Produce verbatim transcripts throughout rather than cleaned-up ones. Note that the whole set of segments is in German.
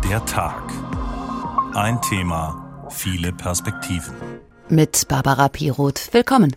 Der Tag. Ein Thema, viele Perspektiven. Mit Barbara Piroth. Willkommen.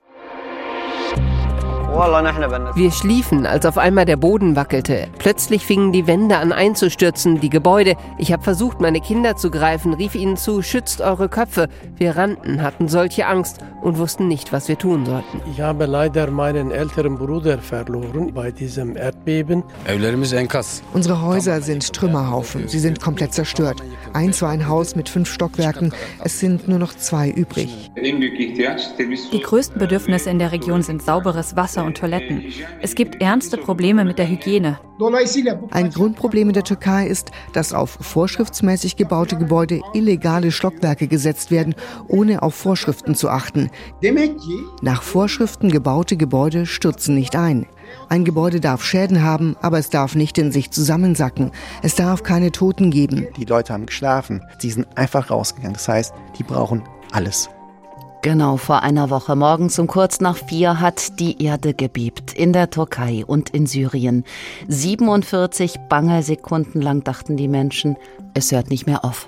Wir schliefen, als auf einmal der Boden wackelte. Plötzlich fingen die Wände an einzustürzen, die Gebäude. Ich habe versucht, meine Kinder zu greifen, rief ihnen zu, schützt eure Köpfe. Wir rannten, hatten solche Angst und wussten nicht, was wir tun sollten. Ich habe leider meinen älteren Bruder verloren bei diesem Erdbeben. Unsere Häuser sind Trümmerhaufen. Sie sind komplett zerstört. Eins war ein Haus mit fünf Stockwerken. Es sind nur noch zwei übrig. Die größten Bedürfnisse in der Region sind sauberes Wasser und Toiletten. Es gibt ernste Probleme mit der Hygiene. Ein Grundproblem in der Türkei ist, dass auf vorschriftsmäßig gebaute Gebäude illegale Stockwerke gesetzt werden, ohne auf Vorschriften zu achten. Nach Vorschriften gebaute Gebäude stürzen nicht ein. Ein Gebäude darf Schäden haben, aber es darf nicht in sich zusammensacken. Es darf keine Toten geben. Die Leute haben geschlafen. Sie sind einfach rausgegangen. Das heißt, die brauchen alles. Genau, vor einer Woche morgens um kurz nach vier hat die Erde gebebt. In der Türkei und in Syrien. siebenundvierzig bange Sekunden lang dachten die Menschen, es hört nicht mehr auf.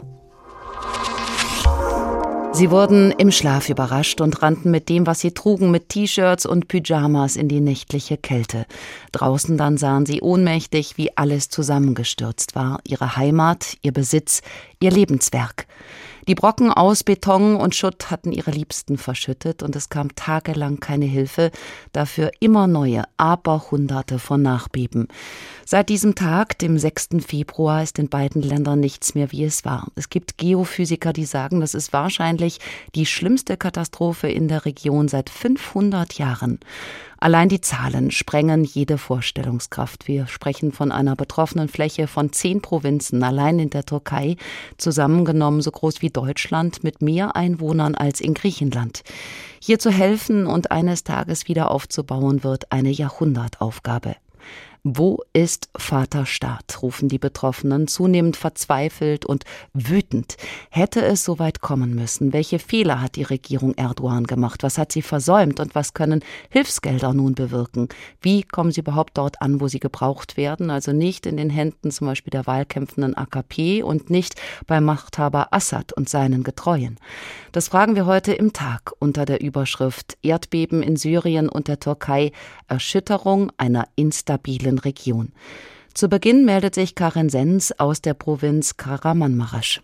Sie wurden im Schlaf überrascht und rannten mit dem, was sie trugen, mit T-Shirts und Pyjamas in die nächtliche Kälte. Draußen dann sahen sie ohnmächtig, wie alles zusammengestürzt war. Ihre Heimat, ihr Besitz, ihr Lebenswerk. Die Brocken aus Beton und Schutt hatten ihre Liebsten verschüttet und es kam tagelang keine Hilfe, dafür immer neue, aber Hunderte von Nachbeben. Seit diesem Tag, dem sechsten Februar, ist in beiden Ländern nichts mehr, wie es war. Es gibt Geophysiker, die sagen, das ist wahrscheinlich die schlimmste Katastrophe in der Region seit fünfhundert Jahren. Allein die Zahlen sprengen jede Vorstellungskraft. Wir sprechen von einer betroffenen Fläche von zehn Provinzen, allein in der Türkei, zusammengenommen so groß wie Deutschland, mit mehr Einwohnern als in Griechenland. Hier zu helfen und eines Tages wieder aufzubauen, wird eine Jahrhundertaufgabe. Wo ist Vaterstaat, rufen die Betroffenen, zunehmend verzweifelt und wütend. Hätte es so weit kommen müssen? Welche Fehler hat die Regierung Erdogan gemacht? Was hat sie versäumt und was können Hilfsgelder nun bewirken? Wie kommen sie überhaupt dort an, wo sie gebraucht werden? Also nicht in den Händen zum Beispiel der wahlkämpfenden A K P und nicht bei Machthaber Assad und seinen Getreuen. Das fragen wir heute im Tag unter der Überschrift Erdbeben in Syrien und der Türkei, Erschütterung einer instabilen Region. Zu Beginn meldet sich Karin Sens aus der Provinz Kahramanmaraş.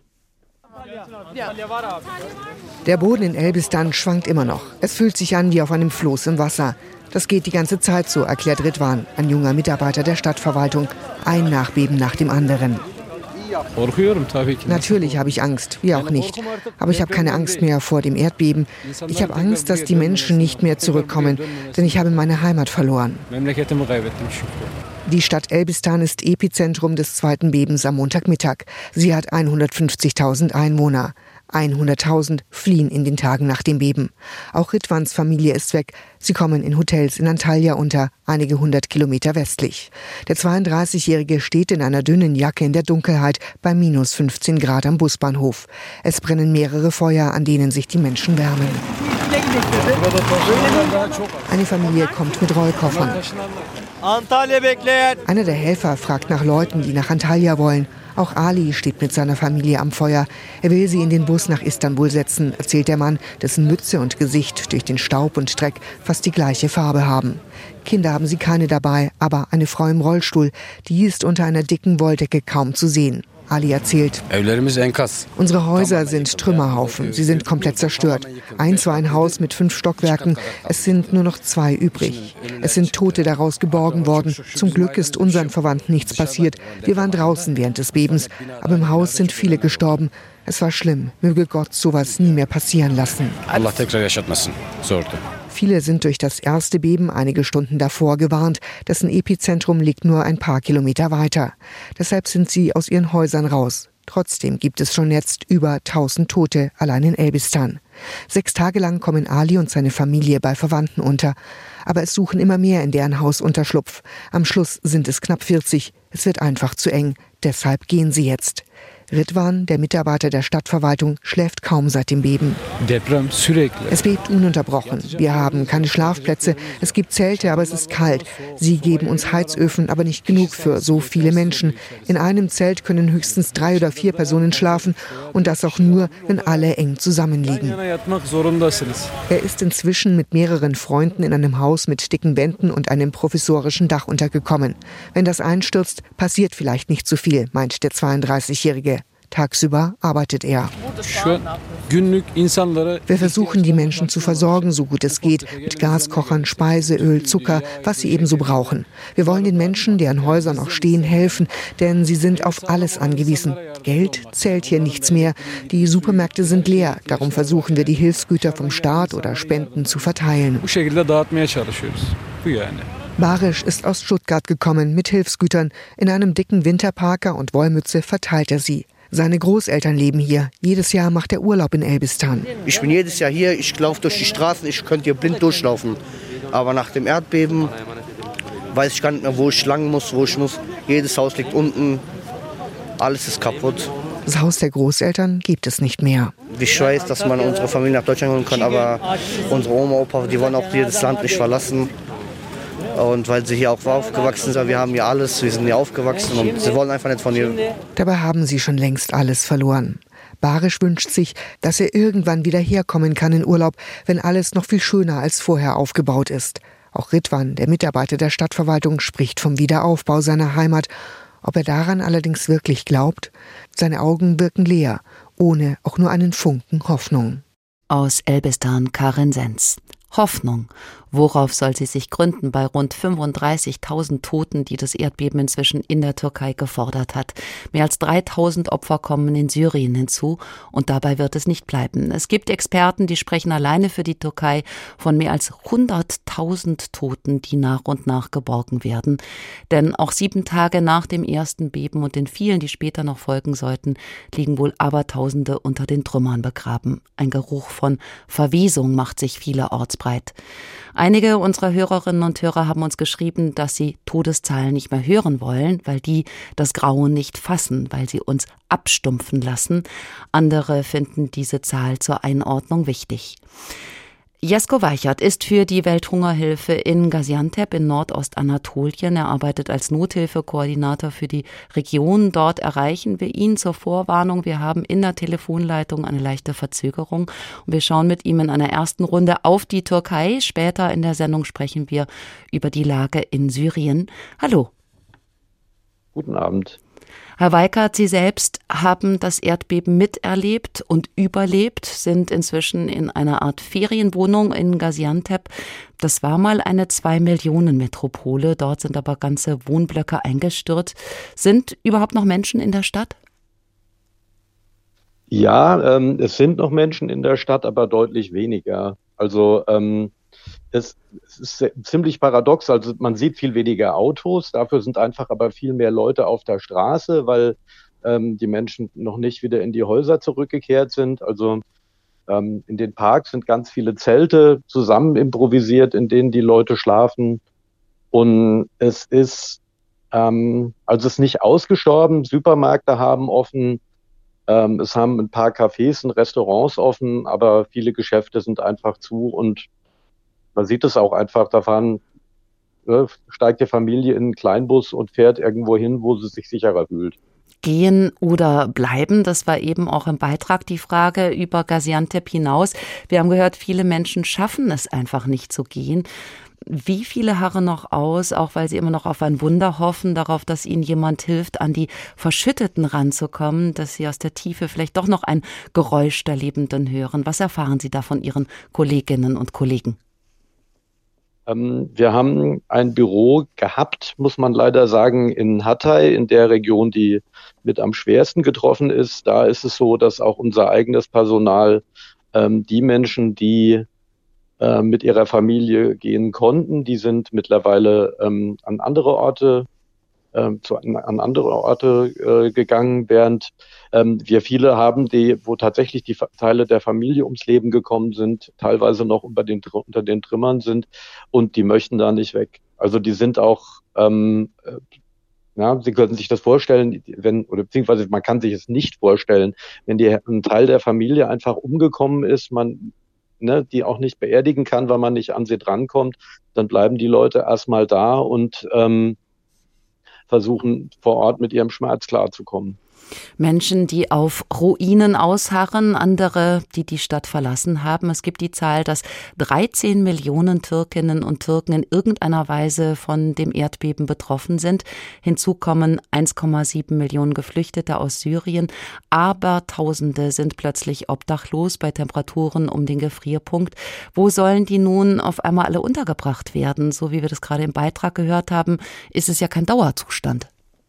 Der Boden in Elbistan schwankt immer noch. Es fühlt sich an wie auf einem Floß im Wasser. Das geht die ganze Zeit so, erklärt Ridwan, ein junger Mitarbeiter der Stadtverwaltung. Ein Nachbeben nach dem anderen. Natürlich habe ich Angst, wie auch nicht. Aber ich habe keine Angst mehr vor dem Erdbeben. Ich habe Angst, dass die Menschen nicht mehr zurückkommen, denn ich habe meine Heimat verloren. Die Stadt Elbistan ist Epizentrum des zweiten Bebens am Montagmittag. Sie hat hundertfünfzigtausend Einwohner. hunderttausend fliehen in den Tagen nach dem Beben. Auch Ridwans Familie ist weg. Sie kommen in Hotels in Antalya unter, einige hundert Kilometer westlich. Der zweiunddreißigjährige steht in einer dünnen Jacke in der Dunkelheit bei minus fünfzehn Grad am Busbahnhof. Es brennen mehrere Feuer, an denen sich die Menschen wärmen. Eine Familie kommt mit Rollkoffern. Einer der Helfer fragt nach Leuten, die nach Antalya wollen. Auch Ali steht mit seiner Familie am Feuer. Er will sie in den Bus nach Istanbul setzen, erzählt der Mann, dessen Mütze und Gesicht durch den Staub und Dreck fast die gleiche Farbe haben. Kinder haben sie keine dabei, aber eine Frau im Rollstuhl, die ist unter einer dicken Wolldecke kaum zu sehen. Ali erzählt, unsere Häuser sind Trümmerhaufen, sie sind komplett zerstört. Eins war ein Haus mit fünf Stockwerken, es sind nur noch zwei übrig. Es sind Tote daraus geborgen worden. Zum Glück ist unseren Verwandten nichts passiert. Wir waren draußen während des Bebens, aber im Haus sind viele gestorben. Es war schlimm, möge Gott sowas nie mehr passieren lassen. Viele sind durch das erste Beben einige Stunden davor gewarnt. Dessen Epizentrum liegt nur ein paar Kilometer weiter. Deshalb sind sie aus ihren Häusern raus. Trotzdem gibt es schon jetzt über tausend Tote allein in Elbistan. Sechs Tage lang kommen Ali und seine Familie bei Verwandten unter. Aber es suchen immer mehr in deren Haus Unterschlupf. Am Schluss sind es knapp vierzig. Es wird einfach zu eng. Deshalb gehen sie jetzt. Ridwan, der Mitarbeiter der Stadtverwaltung, schläft kaum seit dem Beben. Es bebt ununterbrochen. Wir haben keine Schlafplätze, es gibt Zelte, aber es ist kalt. Sie geben uns Heizöfen, aber nicht genug für so viele Menschen. In einem Zelt können höchstens drei oder vier Personen schlafen und das auch nur, wenn alle eng zusammenliegen. Er ist inzwischen mit mehreren Freunden in einem Haus mit dicken Wänden und einem provisorischen Dach untergekommen. Wenn das einstürzt, passiert vielleicht nicht so viel, meint der zweiunddreißigjährige. Tagsüber arbeitet er. Wir versuchen, die Menschen zu versorgen, so gut es geht, mit Gaskochern, Speise, Öl, Zucker, was sie ebenso brauchen. Wir wollen den Menschen, deren Häuser noch stehen, helfen, denn sie sind auf alles angewiesen. Geld zählt hier nichts mehr. Die Supermärkte sind leer. Darum versuchen wir, die Hilfsgüter vom Staat oder Spenden zu verteilen. Barisch ist aus Stuttgart gekommen mit Hilfsgütern. In einem dicken Winterparker und Wollmütze verteilt er sie. Seine Großeltern leben hier. Jedes Jahr macht er Urlaub in Elbistan. Ich bin jedes Jahr hier, ich laufe durch die Straßen, ich könnte hier blind durchlaufen. Aber nach dem Erdbeben weiß ich gar nicht mehr, wo ich lang muss, wo ich muss. Jedes Haus liegt unten, alles ist kaputt. Das Haus der Großeltern gibt es nicht mehr. Ich weiß, dass man unsere Familie nach Deutschland holen kann, aber unsere Oma, Opa, die wollen auch dieses Land nicht verlassen. Und weil sie hier auch aufgewachsen sind, wir haben hier alles, wir sind hier aufgewachsen und sie wollen einfach nicht von hier. Dabei haben sie schon längst alles verloren. Barisch wünscht sich, dass er irgendwann wieder herkommen kann in Urlaub, wenn alles noch viel schöner als vorher aufgebaut ist. Auch Ridwan, der Mitarbeiter der Stadtverwaltung, spricht vom Wiederaufbau seiner Heimat. Ob er daran allerdings wirklich glaubt? Seine Augen wirken leer, ohne auch nur einen Funken Hoffnung. Aus Elbistan Karin Senz. Hoffnung. Worauf soll sie sich gründen bei rund fünfunddreißigtausend Toten, die das Erdbeben inzwischen in der Türkei gefordert hat? Mehr als dreitausend Opfer kommen in Syrien hinzu und dabei wird es nicht bleiben. Es gibt Experten, die sprechen alleine für die Türkei von mehr als hunderttausend Toten, die nach und nach geborgen werden. Denn auch sieben Tage nach dem ersten Beben und den vielen, die später noch folgen sollten, liegen wohl Abertausende unter den Trümmern begraben. Ein Geruch von Verwesung macht sich vielerorts breit. Einige unserer Hörerinnen und Hörer haben uns geschrieben, dass sie Todeszahlen nicht mehr hören wollen, weil die das Grauen nicht fassen, weil sie uns abstumpfen lassen. Andere finden diese Zahl zur Einordnung wichtig. Jesko Weichert ist für die Welthungerhilfe in Gaziantep in Nordostanatolien. Er arbeitet als Nothilfekoordinator für die Region. Dort erreichen wir ihn zur Vorwarnung. Wir haben in der Telefonleitung eine leichte Verzögerung. Und wir schauen mit ihm in einer ersten Runde auf die Türkei. Später in der Sendung sprechen wir über die Lage in Syrien. Hallo. Guten Abend. Herr Weichert, Sie selbst haben das Erdbeben miterlebt und überlebt, sind inzwischen in einer Art Ferienwohnung in Gaziantep. Das war mal eine Zwei-Millionen-Metropole, dort sind aber ganze Wohnblöcke eingestürzt. Sind überhaupt noch Menschen in der Stadt? Ja, ähm, es sind noch Menschen in der Stadt, aber deutlich weniger. Also ähm, es, es ist ziemlich paradox, also man sieht viel weniger Autos, dafür sind einfach aber viel mehr Leute auf der Straße, weil ähm, die Menschen noch nicht wieder in die Häuser zurückgekehrt sind. Also ähm, in den Parks sind ganz viele Zelte zusammen improvisiert, in denen die Leute schlafen. Und es ist, ähm, also es ist nicht ausgestorben, Supermärkte haben offen, ähm, es haben ein paar Cafés und Restaurants offen, aber viele Geschäfte sind einfach zu und man sieht es auch einfach, da fahren, ne, steigt die Familie in einen Kleinbus und fährt irgendwo hin, wo sie sich sicherer fühlt. Gehen oder bleiben, das war eben auch im Beitrag die Frage über Gaziantep hinaus. Wir haben gehört, viele Menschen schaffen es einfach nicht zu gehen. Wie viele harren noch aus, auch weil sie immer noch auf ein Wunder hoffen, darauf, dass ihnen jemand hilft, an die Verschütteten ranzukommen, dass sie aus der Tiefe vielleicht doch noch ein Geräusch der Lebenden hören? Was erfahren Sie da von Ihren Kolleginnen und Kollegen? Wir haben ein Büro gehabt, muss man leider sagen, in Hatay, in der Region, die mit am schwersten getroffen ist. Da ist es so, dass auch unser eigenes Personal, ähm, die Menschen, die äh, mit ihrer Familie gehen konnten, die sind mittlerweile ähm, an andere Orte äh, zu, an andere Orte äh, gegangen, während ähm, wir viele haben, die, wo tatsächlich die Teile der Familie ums Leben gekommen sind, teilweise noch unter den, unter den Trümmern sind und die möchten da nicht weg. Also die sind auch ähm, Ja, Sie können sich das vorstellen, wenn, oder beziehungsweise man kann sich es nicht vorstellen, wenn die, ein Teil der Familie einfach umgekommen ist, man ne, die auch nicht beerdigen kann, weil man nicht an sie drankommt, dann bleiben die Leute erstmal da und ähm, versuchen vor Ort mit ihrem Schmerz klarzukommen. Menschen, die auf Ruinen ausharren, andere, die die Stadt verlassen haben. Es gibt die Zahl, dass dreizehn Millionen Türkinnen und Türken in irgendeiner Weise von dem Erdbeben betroffen sind. Hinzu kommen eins Komma sieben Millionen Geflüchtete aus Syrien. Aber Tausende sind plötzlich obdachlos bei Temperaturen um den Gefrierpunkt. Wo sollen die nun auf einmal alle untergebracht werden? So wie wir das gerade im Beitrag gehört haben, ist es ja kein Dauerzustand.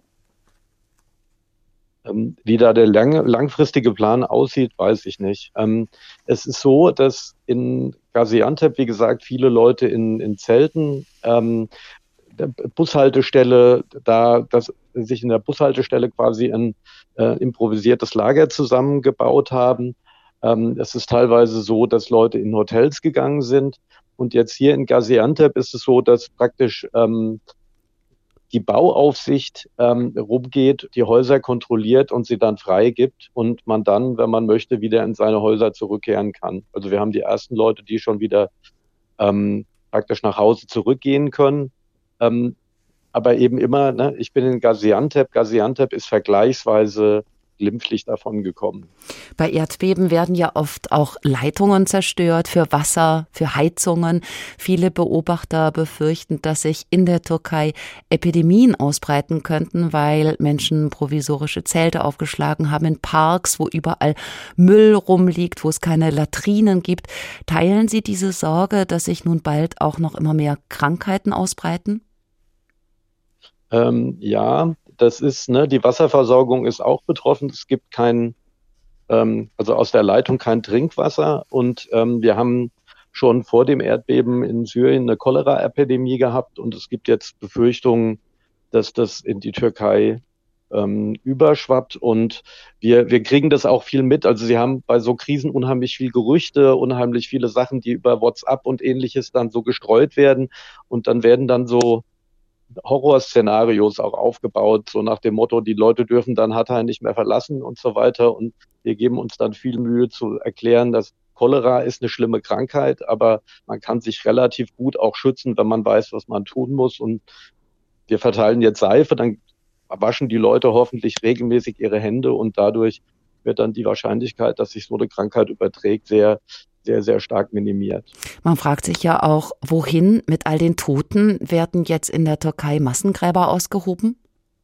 Ähm, wie da der lange, langfristige Plan aussieht, weiß ich nicht. Ähm, es ist so, dass in Gaziantep, wie gesagt, viele Leute in, in Zelten, ähm, der Bushaltestelle, da, dass sich in der Bushaltestelle quasi ein äh, improvisiertes Lager zusammengebaut haben. Ähm, es ist teilweise so, dass Leute in Hotels gegangen sind. Und jetzt hier in Gaziantep ist es so, dass praktisch ähm, die Bauaufsicht ähm, rumgeht, die Häuser kontrolliert und sie dann freigibt und man dann, wenn man möchte, wieder in seine Häuser zurückkehren kann. Also wir haben die ersten Leute, die schon wieder ähm, praktisch nach Hause zurückgehen können. Ähm, aber eben immer, ne, ich bin in Gaziantep. Gaziantep ist vergleichsweise glimpflich davon gekommen. Bei Erdbeben werden ja oft auch Leitungen zerstört für Wasser, für Heizungen. Viele Beobachter befürchten, dass sich in der Türkei Epidemien ausbreiten könnten, weil Menschen provisorische Zelte aufgeschlagen haben in Parks, wo überall Müll rumliegt, wo es keine Latrinen gibt. Teilen Sie diese Sorge, dass sich nun bald auch noch immer mehr Krankheiten ausbreiten? Ähm, ja, das ist, ne, die Wasserversorgung ist auch betroffen. Es gibt kein, ähm, also aus der Leitung kein Trinkwasser und ähm, wir haben schon vor dem Erdbeben in Syrien eine Cholera-Epidemie gehabt und es gibt jetzt Befürchtungen, dass das in die Türkei ähm, überschwappt und wir, wir kriegen das auch viel mit. Also sie haben bei so Krisen unheimlich viel Gerüchte, unheimlich viele Sachen, die über WhatsApp und Ähnliches dann so gestreut werden und dann werden dann so Horrorszenarios auch aufgebaut, so nach dem Motto, die Leute dürfen dann Hatay nicht mehr verlassen und so weiter. Und wir geben uns dann viel Mühe zu erklären, dass Cholera ist eine schlimme Krankheit, aber man kann sich relativ gut auch schützen, wenn man weiß, was man tun muss. Und wir verteilen jetzt Seife, dann waschen die Leute hoffentlich regelmäßig ihre Hände und dadurch wird dann die Wahrscheinlichkeit, dass sich so eine Krankheit überträgt, sehr sehr, sehr stark minimiert. Man fragt sich ja auch, wohin mit all den Toten? Werden jetzt in der Türkei Massengräber ausgehoben?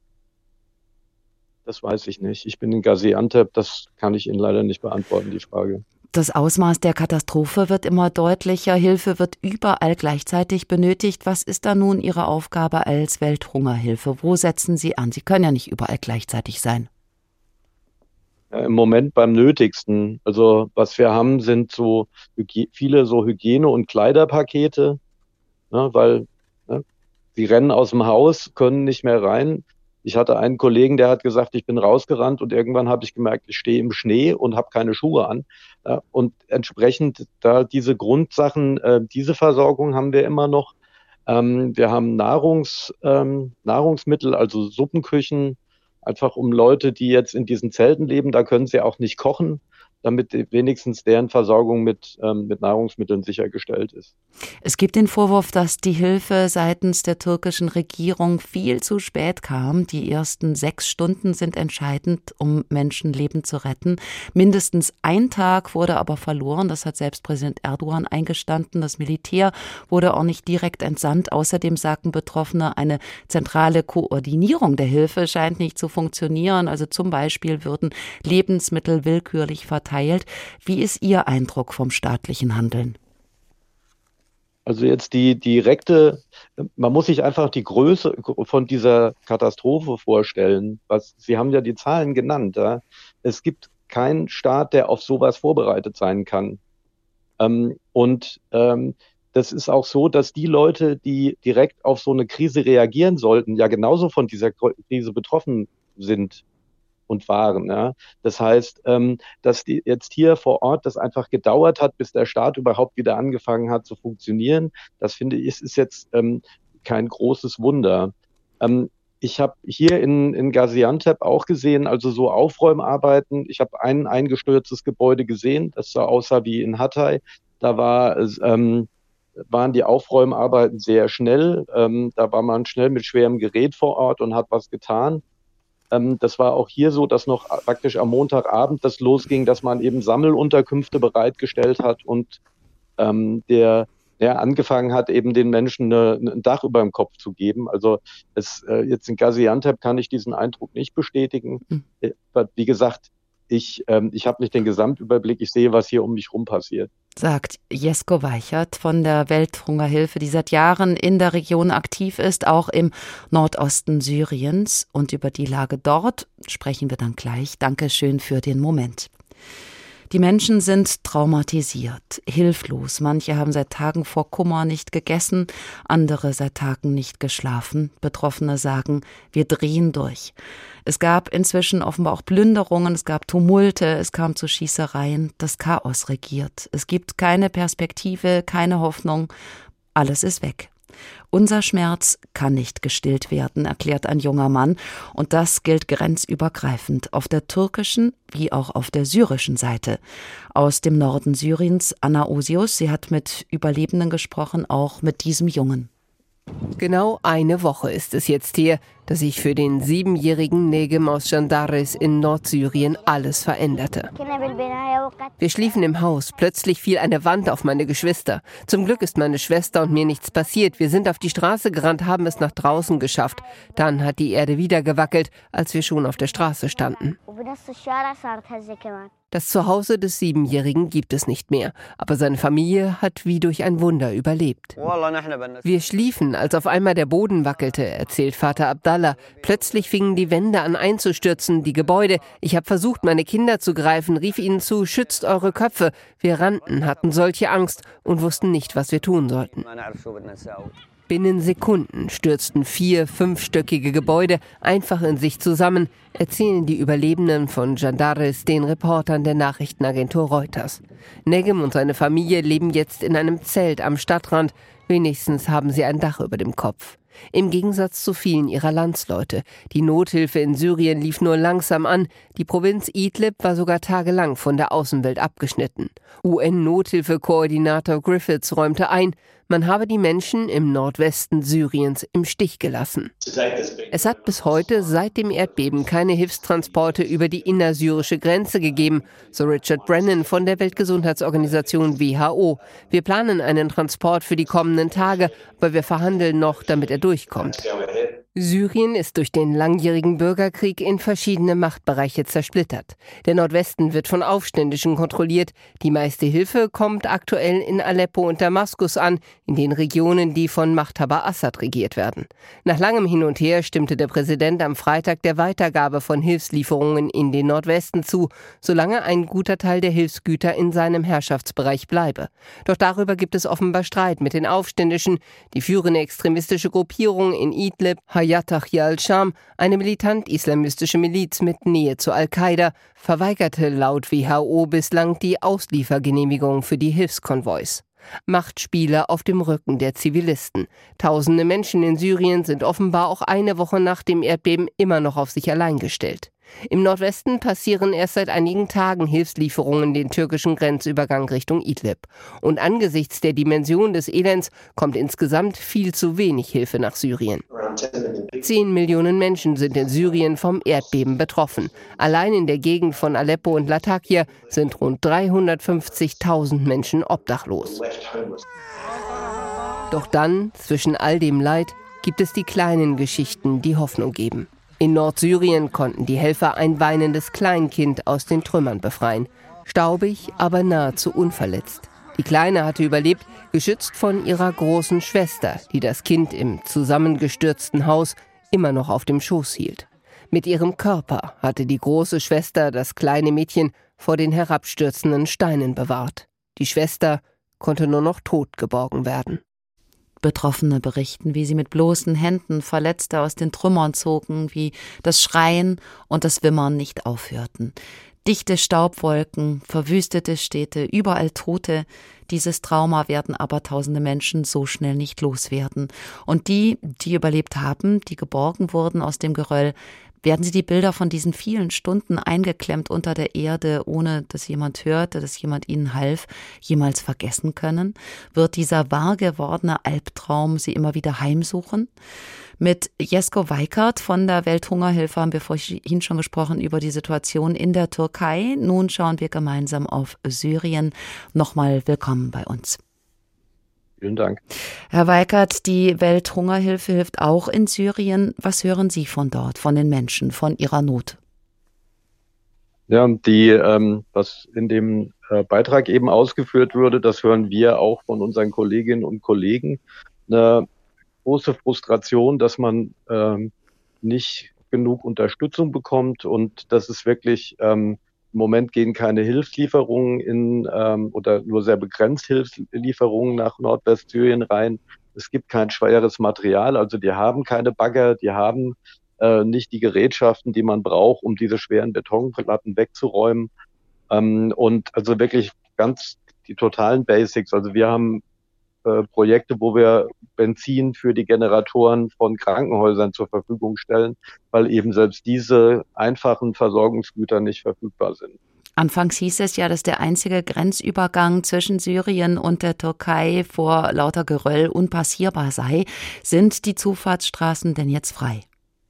Das weiß ich nicht. Ich bin in Gaziantep, das kann ich Ihnen leider nicht beantworten, die Frage. Das Ausmaß der Katastrophe wird immer deutlicher, Hilfe wird überall gleichzeitig benötigt. Was ist da nun Ihre Aufgabe als Welthungerhilfe? Wo setzen Sie an? Sie können ja nicht überall gleichzeitig sein. Im Moment beim Nötigsten. Also was wir haben, sind so Hygie- viele so Hygiene- und Kleiderpakete, ne, weil ne, sie rennen aus dem Haus, können nicht mehr rein. Ich hatte einen Kollegen, der hat gesagt, ich bin rausgerannt und irgendwann habe ich gemerkt, ich stehe im Schnee und habe keine Schuhe an. Ja, und entsprechend da diese Grundsachen, äh, diese Versorgung haben wir immer noch. Ähm, wir haben Nahrungs, ähm, Nahrungsmittel, also Suppenküchen, einfach um Leute, die jetzt in diesen Zelten leben, da können sie auch nicht kochen, damit wenigstens deren Versorgung mit, ähm, mit Nahrungsmitteln sichergestellt ist. Es gibt den Vorwurf, dass die Hilfe seitens der türkischen Regierung viel zu spät kam. Die ersten sechs Stunden sind entscheidend, um Menschenleben zu retten. Mindestens ein Tag wurde aber verloren. Das hat selbst Präsident Erdogan eingestanden. Das Militär wurde auch nicht direkt entsandt. Außerdem sagten Betroffene, eine zentrale Koordinierung der Hilfe scheint nicht zu funktionieren. Also zum Beispiel würden Lebensmittel willkürlich verteilt. Wie ist Ihr Eindruck vom staatlichen Handeln? Also jetzt die direkte, man muss sich einfach die Größe von dieser Katastrophe vorstellen. Was, Sie haben ja die Zahlen genannt. Ja? Es gibt keinen Staat, der auf sowas vorbereitet sein kann. Ähm, und ähm, das ist auch so, dass die Leute, die direkt auf so eine Krise reagieren sollten, ja genauso von dieser Krise betroffen sind und waren. Ja. Das heißt, ähm, dass die jetzt hier vor Ort das einfach gedauert hat, bis der Staat überhaupt wieder angefangen hat zu funktionieren. Das finde ich, ist jetzt ähm, kein großes Wunder. Ähm, ich habe hier in, in Gaziantep auch gesehen, also so Aufräumarbeiten. Ich habe ein eingestürztes Gebäude gesehen, das sah aussah wie in Hatay. Da war, ähm, waren die Aufräumarbeiten sehr schnell. Ähm, da war man schnell mit schwerem Gerät vor Ort und hat was getan. Ähm, das war auch hier so, dass noch praktisch am Montagabend das losging, dass man eben Sammelunterkünfte bereitgestellt hat und ähm, der ja, angefangen hat, eben den Menschen eine, ein Dach über dem Kopf zu geben. Also es, äh, jetzt in Gaziantep kann ich diesen Eindruck nicht bestätigen. Mhm. Äh, wie gesagt, ich, ähm, ich habe nicht den Gesamtüberblick, ich sehe, was hier um mich rum passiert. Sagt Jesko Weichert von der Welthungerhilfe, die seit Jahren in der Region aktiv ist, auch im Nordosten Syriens. Und über die Lage dort sprechen wir dann gleich. Dankeschön für den Moment. Die Menschen sind traumatisiert, hilflos. Manche haben seit Tagen vor Kummer nicht gegessen, andere seit Tagen nicht geschlafen. Betroffene sagen, wir drehen durch. Es gab inzwischen offenbar auch Plünderungen, es gab Tumulte, es kam zu Schießereien. Das Chaos regiert. Es gibt keine Perspektive, keine Hoffnung. Alles ist weg. Unser Schmerz kann nicht gestillt werden, erklärt ein junger Mann. Und das gilt grenzübergreifend, auf der türkischen wie auch auf der syrischen Seite. Aus dem Norden Syriens, Anna Osius, sie hat mit Überlebenden gesprochen, auch mit diesem Jungen. Genau eine Woche ist es jetzt her, dass sich für den siebenjährigen Negem aus Jandaris in Nordsyrien alles veränderte. Wir schliefen im Haus, plötzlich fiel eine Wand auf meine Geschwister. Zum Glück ist meine Schwester und mir nichts passiert. Wir sind auf die Straße gerannt, haben es nach draußen geschafft. Dann hat die Erde wieder gewackelt, als wir schon auf der Straße standen. Das Zuhause des Siebenjährigen gibt es nicht mehr, aber seine Familie hat wie durch ein Wunder überlebt. Wir schliefen, als auf einmal der Boden wackelte, erzählt Vater Abdallah. Plötzlich fingen die Wände an einzustürzen, die Gebäude. Ich habe versucht, meine Kinder zu greifen, rief ihnen zu, schützt eure Köpfe. Wir rannten, hatten solche Angst und wussten nicht, was wir tun sollten. Binnen Sekunden stürzten vier fünfstöckige Gebäude einfach in sich zusammen, erzählen die Überlebenden von Jandaris den Reportern der Nachrichtenagentur Reuters. Negem und seine Familie leben jetzt in einem Zelt am Stadtrand. Wenigstens haben sie ein Dach über dem Kopf. Im Gegensatz zu vielen ihrer Landsleute. Die Nothilfe in Syrien lief nur langsam an. Die Provinz Idlib war sogar tagelang von der Außenwelt abgeschnitten. U N-Nothilfekoordinator Griffiths räumte ein, man habe die Menschen im Nordwesten Syriens im Stich gelassen. Es hat bis heute seit dem Erdbeben keine Hilfstransporte über die innersyrische Grenze gegeben, so Richard Brennan von der Weltgesundheitsorganisation W H O. Wir planen einen Transport für die kommenden Tage, aber wir verhandeln noch, damit er durchkommt. Syrien ist durch den langjährigen Bürgerkrieg in verschiedene Machtbereiche zersplittert. Der Nordwesten wird von Aufständischen kontrolliert. Die meiste Hilfe kommt aktuell in Aleppo und Damaskus an, in den Regionen, die von Machthaber Assad regiert werden. Nach langem Hin und Her stimmte der Präsident am Freitag der Weitergabe von Hilfslieferungen in den Nordwesten zu, solange ein guter Teil der Hilfsgüter in seinem Herrschaftsbereich bleibe. Doch darüber gibt es offenbar Streit mit den Aufständischen. Die führende extremistische Gruppierung in Idlib, Hayat Tahrir al-Sham, eine militant-islamistische Miliz mit Nähe zu Al-Qaida, verweigerte laut W H O bislang die Ausliefergenehmigung für die Hilfskonvois. Machtspiele auf dem Rücken der Zivilisten. Tausende Menschen in Syrien sind offenbar auch eine Woche nach dem Erdbeben immer noch auf sich allein gestellt. Im Nordwesten passieren erst seit einigen Tagen Hilfslieferungen den türkischen Grenzübergang Richtung Idlib. Und angesichts der Dimension des Elends kommt insgesamt viel zu wenig Hilfe nach Syrien. Zehn Millionen Menschen sind in Syrien vom Erdbeben betroffen. Allein in der Gegend von Aleppo und Latakia sind rund dreihundertfünfzigtausend Menschen obdachlos. Doch dann, zwischen all dem Leid, gibt es die kleinen Geschichten, die Hoffnung geben. In Nordsyrien konnten die Helfer ein weinendes Kleinkind aus den Trümmern befreien. Staubig, aber nahezu unverletzt. Die Kleine hatte überlebt, geschützt von ihrer großen Schwester, die das Kind im zusammengestürzten Haus immer noch auf dem Schoß hielt. Mit ihrem Körper hatte die große Schwester das kleine Mädchen vor den herabstürzenden Steinen bewahrt. Die Schwester konnte nur noch tot geborgen werden. Betroffene berichten, wie sie mit bloßen Händen Verletzte aus den Trümmern zogen, wie das Schreien und das Wimmern nicht aufhörten. Dichte Staubwolken, verwüstete Städte, überall Tote. Dieses Trauma werden aber tausende Menschen so schnell nicht loswerden. Und die, die überlebt haben, die geborgen wurden aus dem Geröll, werden sie die Bilder von diesen vielen Stunden eingeklemmt unter der Erde, ohne dass jemand hörte, dass jemand ihnen half, jemals vergessen können? Wird dieser wahr gewordene Albtraum sie immer wieder heimsuchen? Mit Jesko Weikart von der Welthungerhilfe haben wir vorhin schon gesprochen über die Situation in der Türkei. Nun schauen wir gemeinsam auf Syrien. Nochmal willkommen bei uns. Vielen Dank. Herr Weikart, die Welthungerhilfe hilft auch in Syrien. Was hören Sie von dort, von den Menschen, von ihrer Not? Ja, die, ähm, was in dem äh, Beitrag eben ausgeführt wurde, das hören wir auch von unseren Kolleginnen und Kollegen. Eine große Frustration, dass man ähm, nicht genug Unterstützung bekommt und dass es wirklich ähm, im Moment gehen keine Hilfslieferungen in ähm, oder nur sehr begrenzt Hilfslieferungen nach Nordwestsyrien rein. Es gibt kein schweres Material, also die haben keine Bagger, die haben äh, nicht die Gerätschaften, die man braucht, um diese schweren Betonplatten wegzuräumen. Ähm, und also wirklich ganz die totalen Basics. Also wir haben äh, Projekte, wo wir Benzin für die Generatoren von Krankenhäusern zur Verfügung stellen, weil eben selbst diese einfachen Versorgungsgüter nicht verfügbar sind. Anfangs hieß es ja, dass der einzige Grenzübergang zwischen Syrien und der Türkei vor lauter Geröll unpassierbar sei. Sind die Zufahrtsstraßen denn jetzt frei?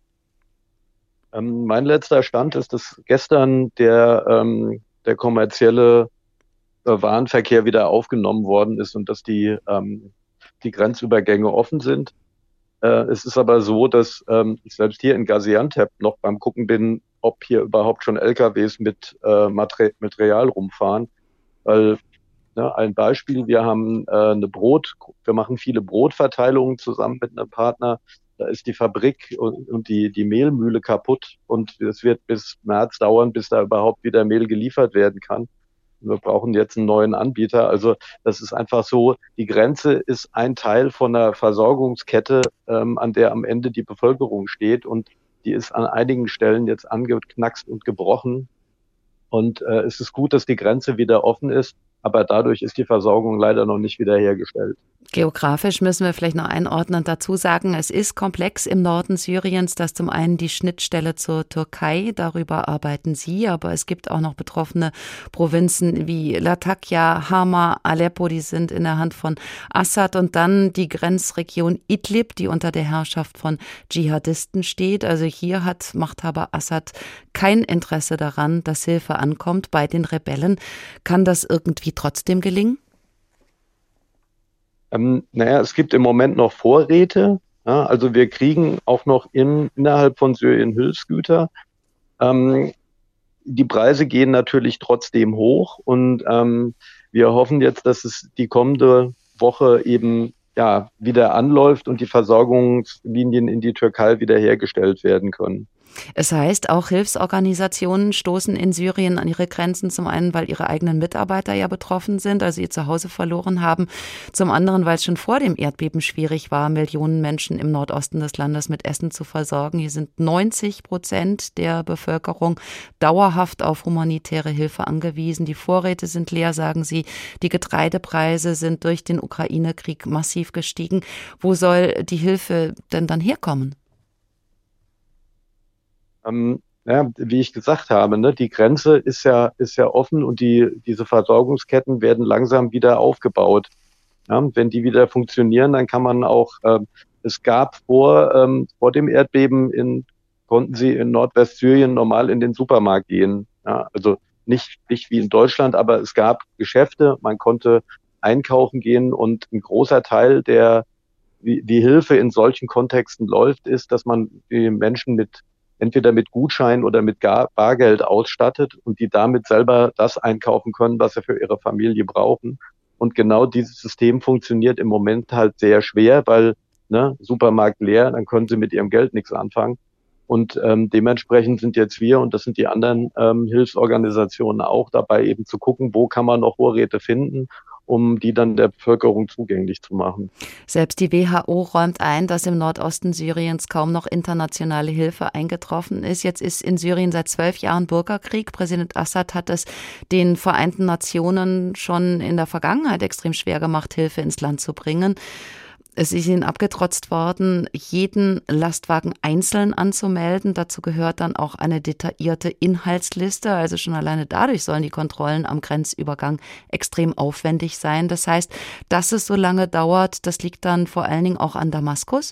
Ähm, mein letzter Stand ist, dass gestern der, ähm, der kommerzielle äh, Warenverkehr wieder aufgenommen worden ist und dass die, ähm, die Grenzübergänge offen sind. Äh, es ist aber so, dass ähm, ich selbst hier in Gaziantep noch beim Gucken bin, ob hier überhaupt schon L K Ws mit äh, Material rumfahren. Weil, ne, ein Beispiel, wir haben äh, eine Brot, wir machen viele Brotverteilungen zusammen mit einem Partner. Da ist die Fabrik und, und die, die Mehlmühle kaputt und es wird bis März dauern, bis da überhaupt wieder Mehl geliefert werden kann. Wir brauchen jetzt einen neuen Anbieter. Also das ist einfach so, die Grenze ist ein Teil von einer Versorgungskette, ähm, an der am Ende die Bevölkerung steht und die ist an einigen Stellen jetzt angeknackst und gebrochen. Und äh, es ist gut, dass die Grenze wieder offen ist, aber dadurch ist die Versorgung leider noch nicht wiederhergestellt. Geografisch müssen wir vielleicht noch einordnen dazu sagen, es ist komplex im Norden Syriens, das zum einen die Schnittstelle zur Türkei, darüber arbeiten Sie, aber es gibt auch noch betroffene Provinzen wie Latakia, Hama, Aleppo, die sind in der Hand von Assad und dann die Grenzregion Idlib, die unter der Herrschaft von Dschihadisten steht. Also hier hat Machthaber Assad kein Interesse daran, dass Hilfe ankommt bei den Rebellen. Kann das irgendwie trotzdem gelingen? Ähm, naja, es gibt im Moment noch Vorräte. Ja, also wir kriegen auch noch in, innerhalb von Syrien Hilfsgüter. Ähm, die Preise gehen natürlich trotzdem hoch und ähm, wir hoffen jetzt, dass es die kommende Woche eben ja wieder anläuft und die Versorgungslinien in die Türkei wiederhergestellt werden können. Es heißt, auch Hilfsorganisationen stoßen in Syrien an ihre Grenzen, zum einen, weil ihre eigenen Mitarbeiter ja betroffen sind, also ihr Zuhause verloren haben, zum anderen, weil es schon vor dem Erdbeben schwierig war, Millionen Menschen im Nordosten des Landes mit Essen zu versorgen. Hier sind neunzig Prozent der Bevölkerung dauerhaft auf humanitäre Hilfe angewiesen. Die Vorräte sind leer, sagen sie. Die Getreidepreise sind durch den Ukraine-Krieg massiv gestiegen. Wo soll die Hilfe denn dann herkommen? Ähm, ja, wie ich gesagt habe, ne, die Grenze ist ja, ist ja offen und die, diese Versorgungsketten werden langsam wieder aufgebaut. Ja, wenn die wieder funktionieren, dann kann man auch, ähm, es gab vor, ähm, vor dem Erdbeben in, konnten sie in Nordwestsyrien normal in den Supermarkt gehen. Ja, also nicht, nicht wie in Deutschland, aber es gab Geschäfte, man konnte einkaufen gehen und ein großer Teil der, wie, wie Hilfe in solchen Kontexten läuft, ist, dass man die Menschen mit entweder mit Gutschein oder mit Bargeld ausstattet und die damit selber das einkaufen können, was sie für ihre Familie brauchen. Und genau dieses System funktioniert im Moment halt sehr schwer, weil ne, Supermarkt leer, dann können sie mit ihrem Geld nichts anfangen. Und ähm, dementsprechend sind jetzt wir, und das sind die anderen ähm, Hilfsorganisationen auch, dabei eben zu gucken, wo kann man noch Vorräte finden um die dann der Bevölkerung zugänglich zu machen. Selbst die W H O räumt ein, dass im Nordosten Syriens kaum noch internationale Hilfe eingetroffen ist. Jetzt ist in Syrien seit zwölf Jahren Bürgerkrieg. Präsident Assad hat es den Vereinten Nationen schon in der Vergangenheit extrem schwer gemacht, Hilfe ins Land zu bringen. Es ist ihnen abgetrotzt worden, jeden Lastwagen einzeln anzumelden. Dazu gehört dann auch eine detaillierte Inhaltsliste. Also schon alleine dadurch sollen die Kontrollen am Grenzübergang extrem aufwendig sein. Das heißt, dass es so lange dauert, das liegt dann vor allen Dingen auch an Damaskus?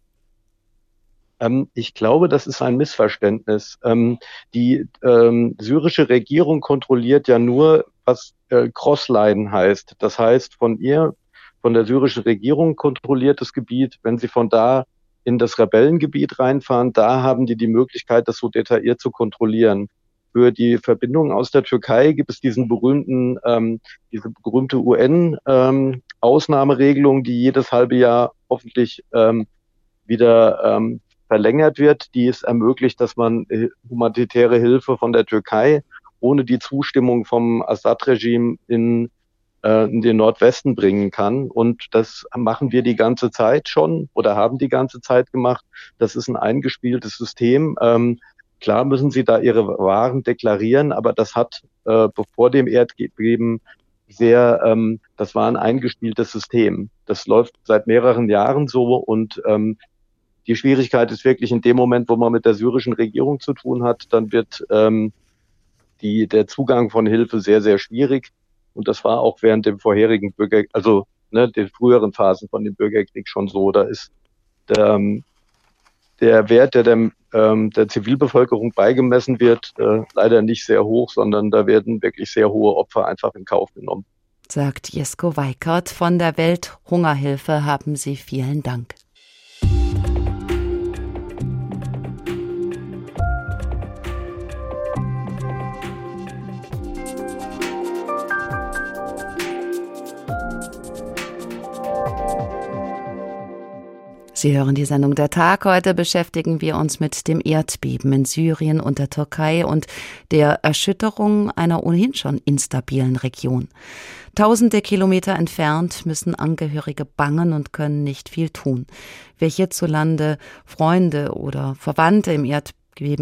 Ähm, ich glaube, das ist ein Missverständnis. Ähm, die ähm, syrische Regierung kontrolliert ja nur, was äh, Crossline heißt. Das heißt, von ihr von der syrischen Regierung kontrolliertes Gebiet. Wenn sie von da in das Rebellengebiet reinfahren, da haben die die Möglichkeit, das so detailliert zu kontrollieren. Für die Verbindung aus der Türkei gibt es diesen berühmten, ähm, diese berühmte U N-Ausnahmeregelung, ähm, die jedes halbe Jahr hoffentlich ähm, wieder ähm, verlängert wird, die es ermöglicht, dass man humanitäre Hilfe von der Türkei ohne die Zustimmung vom Assad-Regime in in den Nordwesten bringen kann. Und das machen wir die ganze Zeit schon oder haben die ganze Zeit gemacht. Das ist ein eingespieltes System. Ähm, klar müssen sie da ihre Waren deklarieren, aber das hat äh, bevor dem Erdbeben sehr, ähm, das war ein eingespieltes System. Das läuft seit mehreren Jahren so und ähm, die Schwierigkeit ist wirklich in dem Moment, wo man mit der syrischen Regierung zu tun hat, dann wird ähm, die, der Zugang von Hilfe sehr, sehr schwierig. Und das war auch während dem vorherigen Bürger, also ne, den früheren Phasen von dem Bürgerkrieg schon so. Da ist der, der Wert, der dem, ähm, der Zivilbevölkerung beigemessen wird, äh, leider nicht sehr hoch, sondern da werden wirklich sehr hohe Opfer einfach in Kauf genommen. Sagt Jesko Weikert von der Welthungerhilfe. Haben Sie vielen Dank. Sie hören die Sendung Der Tag. Heute beschäftigen wir uns mit dem Erdbeben in Syrien und der Türkei und der Erschütterung einer ohnehin schon instabilen Region. Tausende Kilometer entfernt müssen Angehörige bangen und können nicht viel tun. Wer hierzulande Freunde oder Verwandte im Erdbebengebiet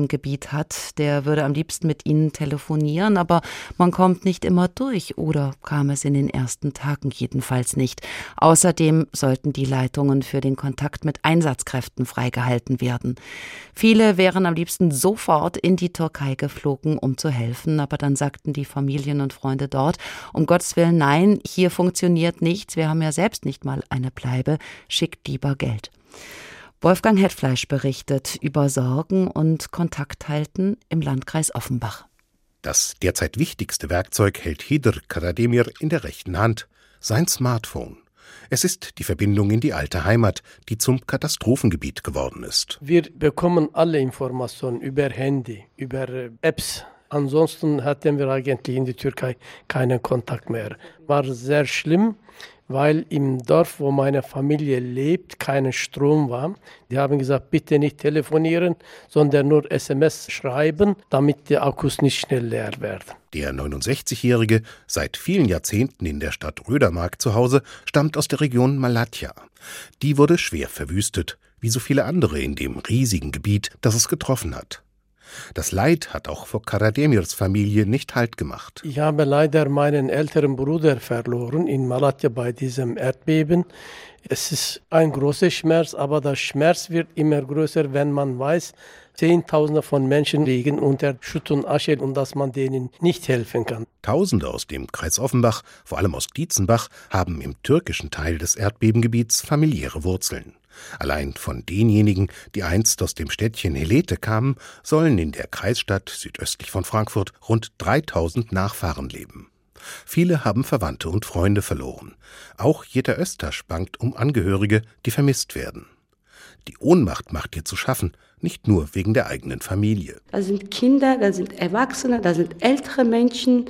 hat, der würde am liebsten mit ihnen telefonieren, aber man kommt nicht immer durch oder kam es in den ersten Tagen jedenfalls nicht. Außerdem sollten die Leitungen für den Kontakt mit Einsatzkräften freigehalten werden. Viele wären am liebsten sofort in die Türkei geflogen, um zu helfen, aber dann sagten die Familien und Freunde dort, um Gottes Willen, nein, hier funktioniert nichts, wir haben ja selbst nicht mal eine Bleibe, schickt lieber Geld. Wolfgang Hetfleisch berichtet über Sorgen und Kontakthalten im Landkreis Offenbach. Das derzeit wichtigste Werkzeug hält Hidr Karademir in der rechten Hand, sein Smartphone. Es ist die Verbindung in die alte Heimat, die zum Katastrophengebiet geworden ist. Wir bekommen alle Informationen über Handy, über Apps. Ansonsten hatten wir eigentlich in der Türkei keinen Kontakt mehr. War sehr schlimm, weil im Dorf, wo meine Familie lebt, kein Strom war. Die haben gesagt, bitte nicht telefonieren, sondern nur S M S schreiben, damit die Akkus nicht schnell leer werden. Der neunundsechzigjährige, seit vielen Jahrzehnten in der Stadt Rödermark zu Hause, stammt aus der Region Malatya. Die wurde schwer verwüstet, wie so viele andere in dem riesigen Gebiet, das es getroffen hat. Das Leid hat auch vor Karademirs Familie nicht Halt gemacht. Ich habe leider meinen älteren Bruder verloren in Malatya bei diesem Erdbeben. Es ist ein großer Schmerz, aber der Schmerz wird immer größer, wenn man weiß, Zehntausende von Menschen liegen unter Schutt und Asche und dass man denen nicht helfen kann. Tausende aus dem Kreis Offenbach, vor allem aus Dietzenbach, haben im türkischen Teil des Erdbebengebiets familiäre Wurzeln. Allein von denjenigen, die einst aus dem Städtchen Helete kamen, sollen in der Kreisstadt südöstlich von Frankfurt rund dreitausend Nachfahren leben. Viele haben Verwandte und Freunde verloren. Auch Jeta Öztaş bangt um Angehörige, die vermisst werden. Die Ohnmacht macht ihr zu schaffen, nicht nur wegen der eigenen Familie. Da sind Kinder, da sind Erwachsene, da sind ältere Menschen,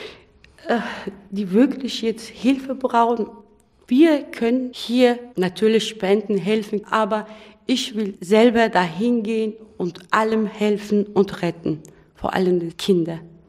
die wirklich jetzt Hilfe brauchen. Wir können hier natürlich spenden, helfen, aber ich will selber dahin gehen und allem helfen und retten, vor allem die Kinder.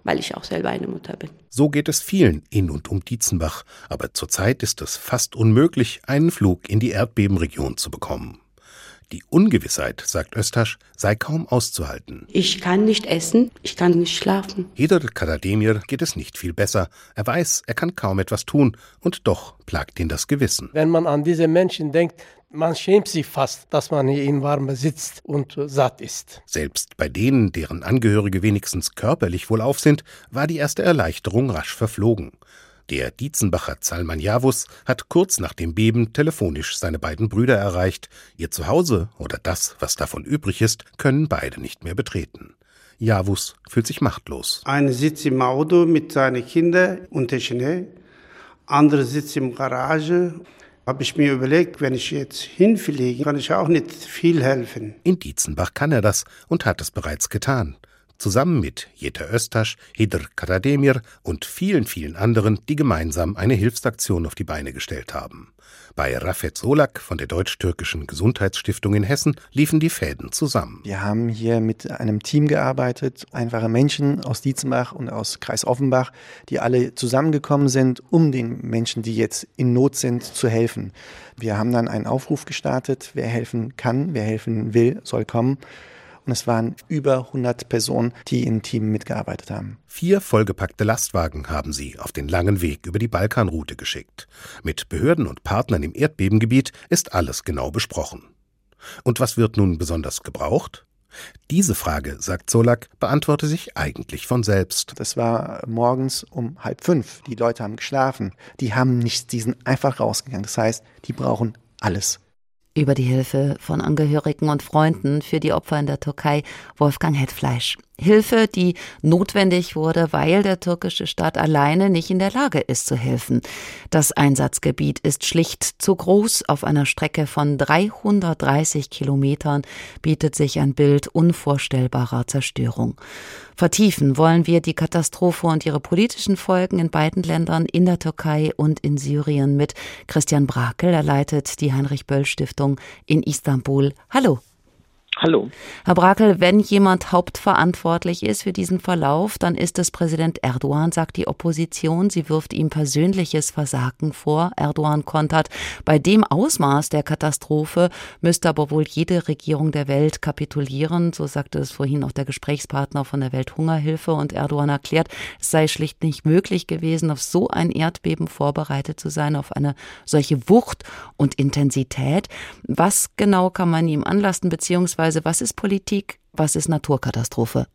weil ich auch selber eine Mutter bin. So geht es vielen in und um Dietzenbach. Aber zurzeit ist es fast unmöglich, einen Flug in die Erdbebenregion zu bekommen. Die Ungewissheit, sagt Öztaş, sei kaum auszuhalten. Ich kann nicht essen, ich kann nicht schlafen. Heder Karademir geht es nicht viel besser. Er weiß, er kann kaum etwas tun und doch plagt ihn das Gewissen. Wenn man an diese Menschen denkt, man schämt sich fast, dass man hier im Warmen sitzt und satt ist. Selbst bei denen, deren Angehörige wenigstens körperlich wohlauf sind, war die erste Erleichterung rasch verflogen. Der Dietzenbacher Zalman Yavuz hat kurz nach dem Beben telefonisch seine beiden Brüder erreicht. Ihr Zuhause oder das, was davon übrig ist, können beide nicht mehr betreten. Yavuz fühlt sich machtlos. Einer sitzt im Auto mit seinen Kindern unter Schnee, andere sitzt im Garage. Habe ich mir überlegt, wenn ich jetzt hinfliege, kann ich auch nicht viel helfen. In Dietzenbach kann er das und hat es bereits getan. Zusammen mit Yeter Öztaş, Heder Karademir und vielen, vielen anderen, die gemeinsam eine Hilfsaktion auf die Beine gestellt haben. Bei Rafet Solak von der Deutsch-Türkischen Gesundheitsstiftung in Hessen liefen die Fäden zusammen. Wir haben hier mit einem Team gearbeitet, einfache Menschen aus Dietzenbach und aus Kreis Offenbach, die alle zusammengekommen sind, um den Menschen, die jetzt in Not sind, zu helfen. Wir haben dann einen Aufruf gestartet, wer helfen kann, wer helfen will, soll kommen. Und es waren über hundert Personen, die im Team mitgearbeitet haben. Vier vollgepackte Lastwagen haben sie auf den langen Weg über die Balkanroute geschickt. Mit Behörden und Partnern im Erdbebengebiet ist alles genau besprochen. Und was wird nun besonders gebraucht? Diese Frage, sagt Solak, beantworte sich eigentlich von selbst. Das war morgens um halb fünf. Die Leute haben geschlafen. Die haben nicht, die sind einfach rausgegangen. Das heißt, die brauchen alles. Über die Hilfe von Angehörigen und Freunden für die Opfer in der Türkei, Wolfgang Hetfleisch. Hilfe, die notwendig wurde, weil der türkische Staat alleine nicht in der Lage ist zu helfen. Das Einsatzgebiet ist schlicht zu groß. Auf einer Strecke von dreihundertdreißig Kilometern bietet sich ein Bild unvorstellbarer Zerstörung. Vertiefen wollen wir die Katastrophe und ihre politischen Folgen in beiden Ländern, in der Türkei und in Syrien, mit Christian Brakel. Er leitet die Heinrich-Böll-Stiftung in Istanbul. Hallo. Hallo. Herr Brakel, wenn jemand hauptverantwortlich ist für diesen Verlauf, dann ist es Präsident Erdogan, sagt die Opposition. Sie wirft ihm persönliches Versagen vor. Erdogan kontert: Bei dem Ausmaß der Katastrophe müsste aber wohl jede Regierung der Welt kapitulieren. So sagte es vorhin auch der Gesprächspartner von der Welthungerhilfe. Und Erdogan erklärt, es sei schlicht nicht möglich gewesen, auf so ein Erdbeben vorbereitet zu sein, auf eine solche Wucht und Intensität. Was genau kann man ihm anlasten, beziehungsweise was ist Politik, was ist Naturkatastrophe?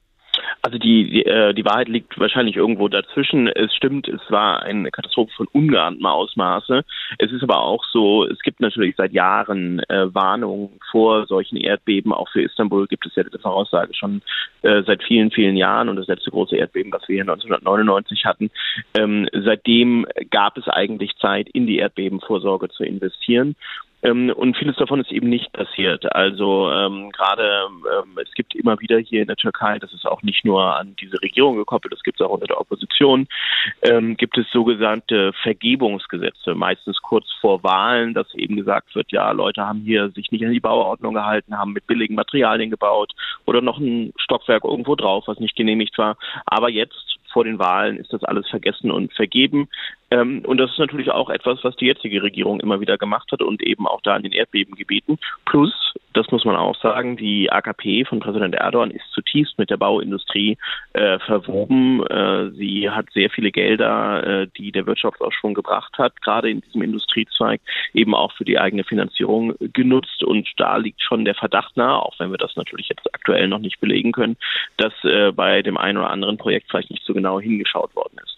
Also die, die, äh, die Wahrheit liegt wahrscheinlich irgendwo dazwischen. Es stimmt, es war eine Katastrophe von ungeahntem Ausmaße. Es ist aber auch so, es gibt natürlich seit Jahren äh, Warnungen vor solchen Erdbeben. Auch für Istanbul gibt es ja diese Voraussage schon äh, seit vielen, vielen Jahren. Und das letzte große Erdbeben, was wir hier neunzehnhundertneunundneunzig hatten. Ähm, seitdem gab es eigentlich Zeit, in die Erdbebenvorsorge zu investieren. Ähm, und vieles davon ist eben nicht passiert. Also ähm, gerade ähm, es gibt immer wieder hier in der Türkei, das ist auch nicht nur an diese Regierung gekoppelt, das gibt es auch unter der Opposition, ähm, gibt es sogenannte Vergebungsgesetze, meistens kurz vor Wahlen, dass eben gesagt wird, ja, Leute haben hier sich nicht an die Bauordnung gehalten, haben mit billigen Materialien gebaut oder noch ein Stockwerk irgendwo drauf, was nicht genehmigt war. Aber jetzt vor den Wahlen ist das alles vergessen und vergeben. Ähm, und das ist natürlich auch etwas, was die jetzige Regierung immer wieder gemacht hat und eben auch da in den Erdbebengebieten. Plus, das muss man auch sagen, die A K P von Präsident Erdogan ist zutiefst mit der Bauindustrie äh, verwoben. Äh, sie hat sehr viele Gelder, äh, die der Wirtschaftsaufschwung gebracht hat, gerade in diesem Industriezweig, eben auch für die eigene Finanzierung genutzt. Und da liegt schon der Verdacht nahe, auch wenn wir das natürlich jetzt aktuell noch nicht belegen können, dass äh, bei dem einen oder anderen Projekt vielleicht nicht so genau hingeschaut worden ist.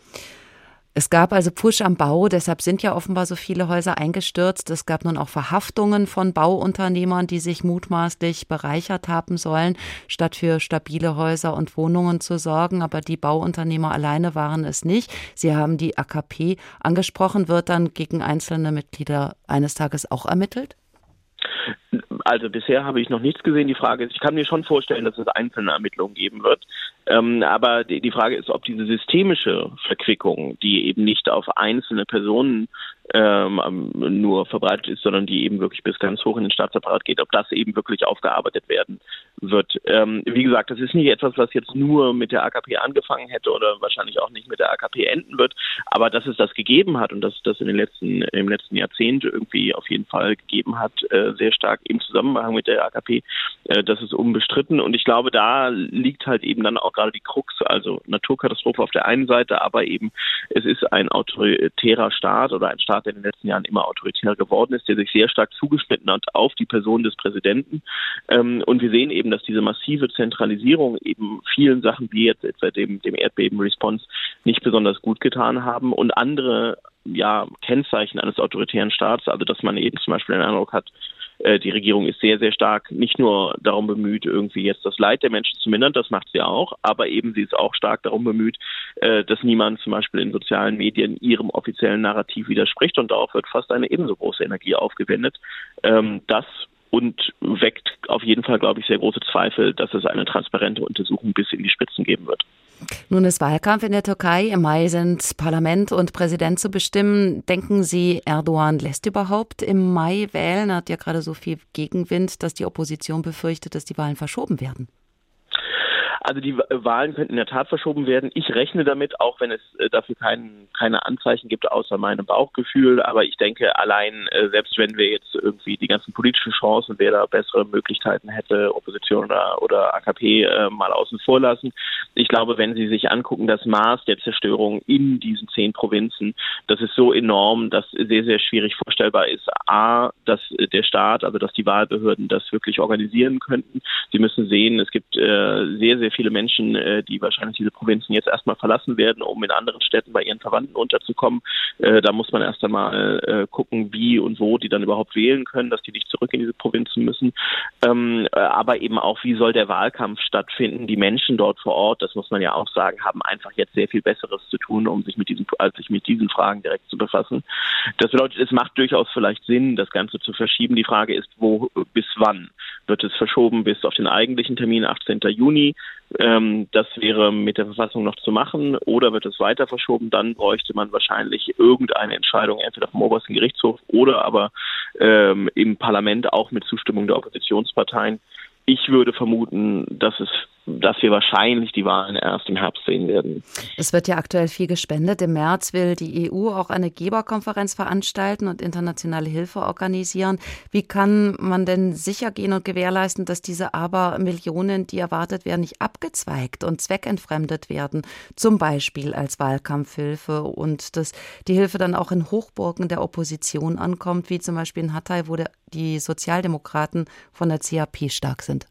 Es gab also Pfusch am Bau, deshalb sind ja offenbar so viele Häuser eingestürzt. Es gab nun auch Verhaftungen von Bauunternehmern, die sich mutmaßlich bereichert haben sollen, statt für stabile Häuser und Wohnungen zu sorgen. Aber die Bauunternehmer alleine waren es nicht. Sie haben die A K P angesprochen. Wird dann gegen einzelne Mitglieder eines Tages auch ermittelt? Also bisher habe ich noch nichts gesehen. Die Frage ist, ich kann mir schon vorstellen, dass es einzelne Ermittlungen geben wird. Ähm, aber die, die Frage ist, ob diese systemische Verquickung, die eben nicht auf einzelne Personen ähm, nur verbreitet ist, sondern die eben wirklich bis ganz hoch in den Staatsapparat geht, ob das eben wirklich aufgearbeitet werden wird. Ähm, wie gesagt, das ist nicht etwas, was jetzt nur mit der A K P angefangen hätte oder wahrscheinlich auch nicht mit der A K P enden wird, aber dass es das gegeben hat und dass es das in den letzten, im letzten Jahrzehnt irgendwie auf jeden Fall gegeben hat, äh, sehr stark im Zusammenhang mit der A K P, äh, das ist unbestritten und ich glaube, da liegt halt eben dann auch gerade die Krux, also Naturkatastrophe auf der einen Seite, aber eben es ist ein autoritärer Staat oder ein Staat, der in den letzten Jahren immer autoritärer geworden ist, der sich sehr stark zugeschnitten hat auf die Person des Präsidenten. Ähm, und wir sehen eben, dass diese massive Zentralisierung eben vielen Sachen wie jetzt etwa dem, dem Erdbeben-Response nicht besonders gut getan haben und andere ja, Kennzeichen eines autoritären Staats, also dass man eben zum Beispiel den Eindruck hat, die Regierung ist sehr, sehr stark nicht nur darum bemüht, irgendwie jetzt das Leid der Menschen zu mindern, das macht sie auch, aber eben sie ist auch stark darum bemüht, dass niemand zum Beispiel in sozialen Medien ihrem offiziellen Narrativ widerspricht und darauf wird fast eine ebenso große Energie aufgewendet. Das und weckt auf jeden Fall, glaube ich, sehr große Zweifel, dass es eine transparente Untersuchung bis in die Spitzen geben wird. Nun ist Wahlkampf in der Türkei. Im Mai sind Parlament und Präsident zu bestimmen. Denken Sie, Erdogan lässt überhaupt im Mai wählen? Er hat ja gerade so viel Gegenwind, dass die Opposition befürchtet, dass die Wahlen verschoben werden. Also die Wahlen könnten in der Tat verschoben werden. Ich rechne damit, auch wenn es dafür kein, keine Anzeichen gibt, außer meinem Bauchgefühl. Aber ich denke, allein, selbst wenn wir jetzt irgendwie die ganzen politischen Chancen, wer da bessere Möglichkeiten hätte, Opposition oder, oder A K P äh, mal außen vor lassen. Ich glaube, wenn Sie sich angucken, das Maß der Zerstörung in diesen zehn Provinzen, das ist so enorm, dass sehr, sehr schwierig vorstellbar ist. A, dass der Staat, also dass die Wahlbehörden das wirklich organisieren könnten. Sie müssen sehen, es gibt äh, sehr, sehr viele Menschen, die wahrscheinlich diese Provinzen jetzt erstmal verlassen werden, um in anderen Städten bei ihren Verwandten unterzukommen. Da muss man erst einmal gucken, wie und wo die dann überhaupt wählen können, dass die nicht zurück in diese Provinzen müssen. Aber eben auch, wie soll der Wahlkampf stattfinden? Die Menschen dort vor Ort, das muss man ja auch sagen, haben einfach jetzt sehr viel Besseres zu tun, um sich mit diesen, als sich mit diesen Fragen direkt zu befassen. Das bedeutet, es macht durchaus vielleicht Sinn, das Ganze zu verschieben. Die Frage ist, wo bis wann? Wird es verschoben bis auf den eigentlichen Termin, achtzehnten Juni? Ähm, das wäre mit der Verfassung noch zu machen, oder wird es weiter verschoben? Dann bräuchte man wahrscheinlich irgendeine Entscheidung, entweder vom obersten Gerichtshof oder aber ähm, im Parlament auch mit Zustimmung der Oppositionsparteien. Ich würde vermuten, dass es dass wir wahrscheinlich die Wahlen erst im Herbst sehen werden. Es wird ja aktuell viel gespendet. Im März will die E U auch eine Geberkonferenz veranstalten und internationale Hilfe organisieren. Wie kann man denn sicher gehen und gewährleisten, dass diese Abermillionen, die erwartet werden, nicht abgezweigt und zweckentfremdet werden, zum Beispiel als Wahlkampfhilfe, und dass die Hilfe dann auch in Hochburgen der Opposition ankommt, wie zum Beispiel in Hatay, wo die Sozialdemokraten von der C H P stark sind?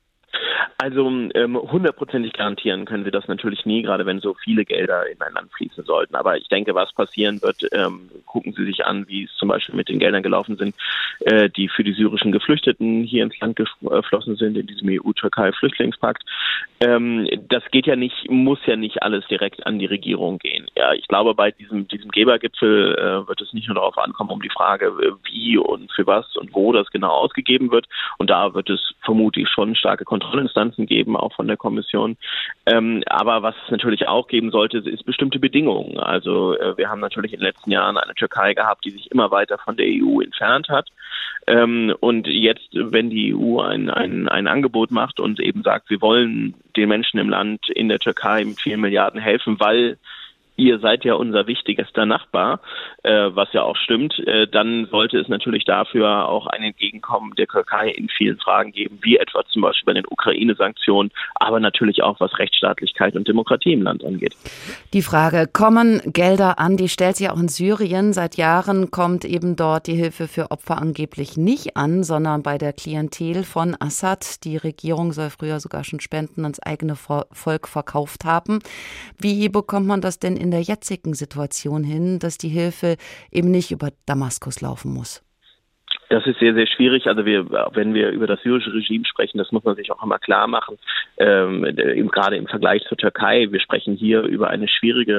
Also ähm, hundertprozentig garantieren können wir das natürlich nie, gerade wenn so viele Gelder in ein Land fließen sollten. Aber ich denke, was passieren wird, ähm, gucken Sie sich an, wie es zum Beispiel mit den Geldern gelaufen sind, äh, die für die syrischen Geflüchteten hier ins Land geflossen sind, in diesem E U-Türkei-Flüchtlingspakt. Ähm, das geht ja nicht, muss ja nicht alles direkt an die Regierung gehen. Ja, ich glaube, bei diesem, diesem Gebergipfel äh, wird es nicht nur darauf ankommen, um die Frage, wie und für was und wo das genau ausgegeben wird. Und da wird es vermutlich schon starke Kontrollinstanzen geben, auch von der Kommission. Ähm, aber was es natürlich auch geben sollte, ist bestimmte Bedingungen. Also äh, wir haben natürlich in den letzten Jahren eine Türkei gehabt, die sich immer weiter von der E U entfernt hat. Ähm, und jetzt, wenn die E U ein, ein, ein Angebot macht und eben sagt, wir wollen den Menschen im Land, in der Türkei mit vielen Milliarden helfen, weil ihr seid ja unser wichtigster Nachbar, äh, was ja auch stimmt, äh, dann sollte es natürlich dafür auch ein Entgegenkommen der Türkei in vielen Fragen geben, wie etwa zum Beispiel bei den Ukraine-Sanktionen, aber natürlich auch, was Rechtsstaatlichkeit und Demokratie im Land angeht. Die Frage, kommen Gelder an, die stellt sich auch in Syrien. Seit Jahren kommt eben dort die Hilfe für Opfer angeblich nicht an, sondern bei der Klientel von Assad. Die Regierung soll früher sogar schon Spenden ans eigene Volk verkauft haben. Wie bekommt man das denn in der jetzigen Situation hin, dass die Hilfe eben nicht über Damaskus laufen muss? Das ist sehr, sehr schwierig. Also wir, wenn wir über das syrische Regime sprechen, das muss man sich auch immer klar machen, ähm, gerade im Vergleich zur Türkei. Wir sprechen hier über eine schwierige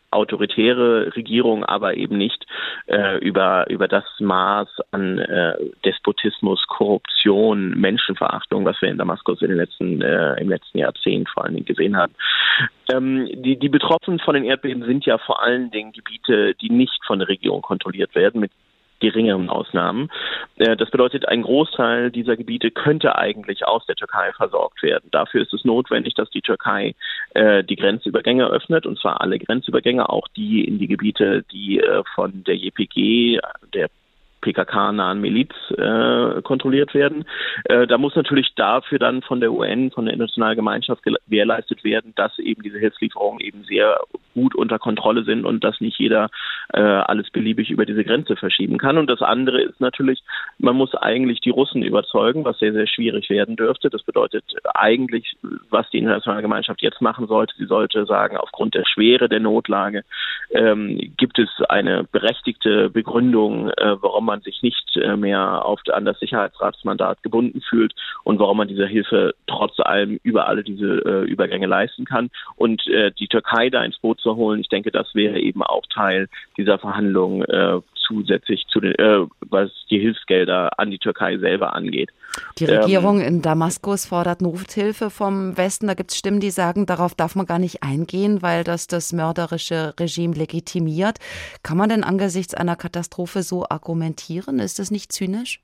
autoritäre Regierung, aber eben nicht äh, über über das Maß an äh, Despotismus, Korruption, Menschenverachtung, was wir in Damaskus in den letzten äh, im letzten Jahrzehnt vor allen Dingen gesehen haben. Ähm, die die Betroffenen von den Erdbeben sind ja vor allen Dingen Gebiete, die nicht von der Regierung kontrolliert werden, mit geringeren Ausnahmen. Das bedeutet, ein Großteil dieser Gebiete könnte eigentlich aus der Türkei versorgt werden. Dafür ist es notwendig, dass die Türkei äh, die Grenzübergänge öffnet, und zwar alle Grenzübergänge, auch die in die Gebiete, die äh, von der J P G, der P K K-nahen Miliz äh, kontrolliert werden. Äh, da muss natürlich dafür dann von der U N, von der internationalen Gemeinschaft gewährleistet werden, dass eben diese Hilfslieferungen eben sehr gut unter Kontrolle sind und dass nicht jeder äh, alles beliebig über diese Grenze verschieben kann. Und das andere ist natürlich, man muss eigentlich die Russen überzeugen, was sehr, sehr schwierig werden dürfte. Das bedeutet eigentlich, was die internationale Gemeinschaft jetzt machen sollte, sie sollte sagen, aufgrund der Schwere der Notlage ähm, gibt es eine berechtigte Begründung, äh, warum man sich nicht äh, mehr auf, an das Sicherheitsratsmandat gebunden fühlt und warum man diese Hilfe trotz allem über alle diese äh, Übergänge leisten kann. Und äh, die Türkei da ins Boot zu holen, ich denke, das wäre eben auch Teil dieser Verhandlungen äh, zusätzlich zu den, äh, was die Hilfsgelder an die Türkei selber angeht. Die Regierung ähm, in Damaskus fordert Nothilfe vom Westen. Da gibt es Stimmen, die sagen, darauf darf man gar nicht eingehen, weil das das mörderische Regime legitimiert. Kann man denn angesichts einer Katastrophe so argumentieren? Ist das nicht zynisch?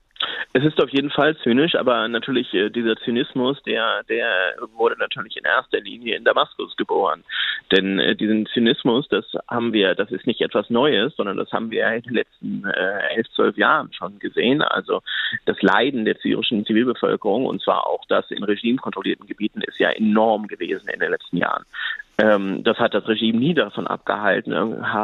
Es ist auf jeden Fall zynisch, aber natürlich äh, dieser Zynismus, der der wurde natürlich in erster Linie in Damaskus geboren. Denn äh, diesen Zynismus, das haben wir, das ist nicht etwas Neues, sondern das haben wir in den letzten äh, elf, zwölf Jahren schon gesehen. Also das Leiden der syrischen Zivilbevölkerung, und zwar auch das in regimekontrollierten Gebieten, ist ja enorm gewesen in den letzten Jahren. Ähm, das hat das Regime nie davon abgehalten,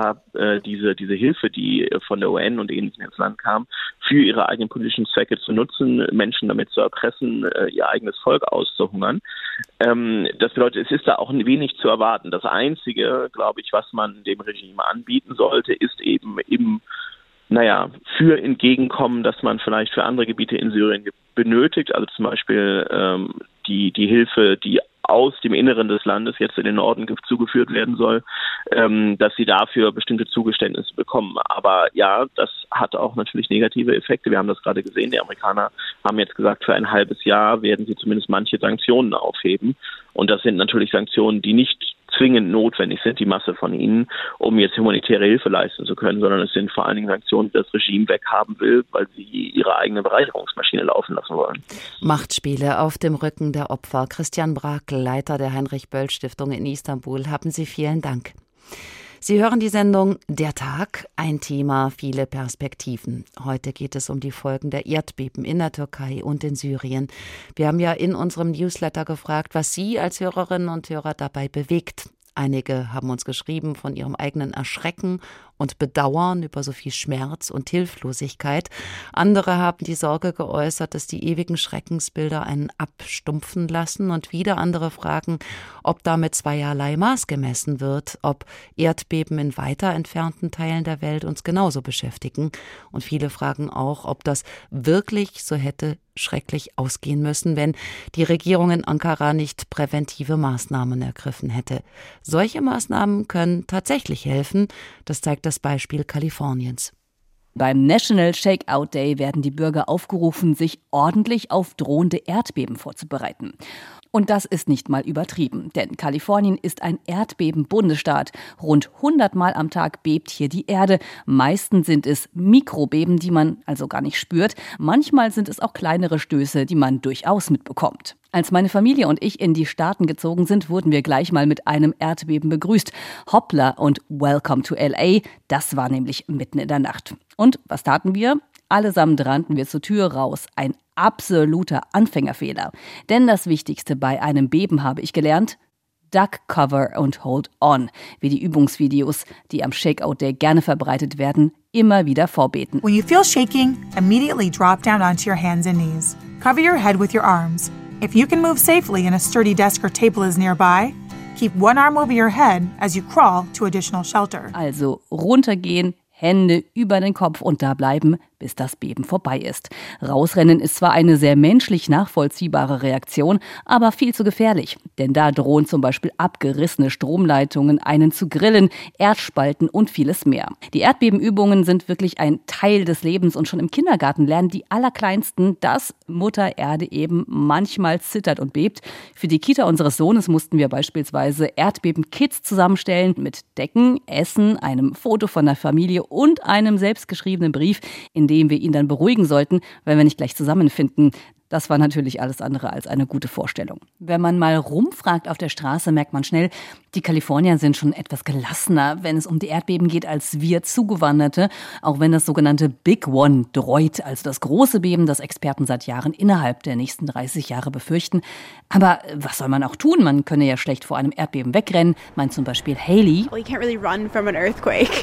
äh, diese diese Hilfe, die von der U N und Ähnlichem ins Land kam, für ihre eigenen politischen Zwecke zu nutzen, Menschen damit zu erpressen, äh, ihr eigenes Volk auszuhungern. Ähm, das bedeutet, es ist da auch wenig zu erwarten. Das Einzige, glaube ich, was man dem Regime anbieten sollte, ist eben im naja, für Entgegenkommen, dass man vielleicht für andere Gebiete in Syrien benötigt, also zum Beispiel ähm, die die Hilfe, die aus dem Inneren des Landes jetzt in den Norden zugeführt werden soll, ähm, dass sie dafür bestimmte Zugeständnisse bekommen. Aber ja, das hat auch natürlich negative Effekte. Wir haben das gerade gesehen. Die Amerikaner haben jetzt gesagt, für ein halbes Jahr werden sie zumindest manche Sanktionen aufheben. Und das sind natürlich Sanktionen, die nicht zwingend notwendig sind, die Masse von ihnen, um jetzt humanitäre Hilfe leisten zu können, sondern es sind vor allen Dingen Sanktionen, die das Regime weghaben will, weil sie ihre eigene Bereicherungsmaschine laufen lassen wollen. Machtspiele auf dem Rücken der Opfer. Christian Brakel, Leiter der Heinrich-Böll-Stiftung in Istanbul, haben Sie vielen Dank. Sie hören die Sendung Der Tag, ein Thema, viele Perspektiven. Heute geht es um die Folgen der Erdbeben in der Türkei und in Syrien. Wir haben ja in unserem Newsletter gefragt, was Sie als Hörerinnen und Hörer dabei bewegt. Einige haben uns geschrieben von ihrem eigenen Erschrecken und Bedauern über so viel Schmerz und Hilflosigkeit. Andere haben die Sorge geäußert, dass die ewigen Schreckensbilder einen abstumpfen lassen. Und wieder andere fragen, ob damit zweierlei Maß gemessen wird, ob Erdbeben in weiter entfernten Teilen der Welt uns genauso beschäftigen. Und viele fragen auch, ob das wirklich so hätte schrecklich ausgehen müssen, wenn die Regierung in Ankara nicht präventive Maßnahmen ergriffen hätte. Solche Maßnahmen können tatsächlich helfen. Das zeigt das Beispiel Kaliforniens. Beim National Shakeout Day werden die Bürger aufgerufen, sich ordentlich auf drohende Erdbeben vorzubereiten. Und das ist nicht mal übertrieben, denn Kalifornien ist ein Erdbeben-Bundesstaat. Rund hundert Mal am Tag bebt hier die Erde. Meistens sind es Mikrobeben, die man also gar nicht spürt. Manchmal sind es auch kleinere Stöße, die man durchaus mitbekommt. Als meine Familie und ich in die Staaten gezogen sind, wurden wir gleich mal mit einem Erdbeben begrüßt. Hoppla und Welcome to L A, das war nämlich mitten in der Nacht. Und was taten wir? Allesamt rannten wir zur Tür raus. Ein absoluter Anfängerfehler. Denn das Wichtigste bei einem Beben habe ich gelernt: Duck, cover und hold on, wie die Übungsvideos, die am Shakeout Day gerne verbreitet werden, immer wieder vorbeten. When you feel shaking, immediately drop down onto your hands and knees. Cover your head with your arms. If you can move safely and a sturdy desk or table is nearby, keep one arm over your head as you crawl to additional shelter. Also runtergehen, Hände über den Kopf und da bleiben, bis das Beben vorbei ist. Rausrennen ist zwar eine sehr menschlich nachvollziehbare Reaktion, aber viel zu gefährlich. Denn da drohen zum Beispiel abgerissene Stromleitungen, einen zu grillen, Erdspalten und vieles mehr. Die Erdbebenübungen sind wirklich ein Teil des Lebens und schon im Kindergarten lernen die Allerkleinsten, dass Mutter Erde eben manchmal zittert und bebt. Für die Kita unseres Sohnes mussten wir beispielsweise Erdbeben-Kits zusammenstellen mit Decken, Essen, einem Foto von der Familie und einem selbstgeschriebenen Brief, in dem wir ihn dann beruhigen sollten, wenn wir nicht gleich zusammenfinden. Das war natürlich alles andere als eine gute Vorstellung. Wenn man mal rumfragt auf der Straße, merkt man schnell, die Kalifornier sind schon etwas gelassener, wenn es um die Erdbeben geht, als wir Zugewanderte. Auch wenn das sogenannte Big One dreut, also das große Beben, das Experten seit Jahren innerhalb der nächsten dreißig Jahre befürchten. Aber was soll man auch tun? Man könne ja schlecht vor einem Erdbeben wegrennen, meint zum Beispiel Haley. Well, you can't really run from an earthquake.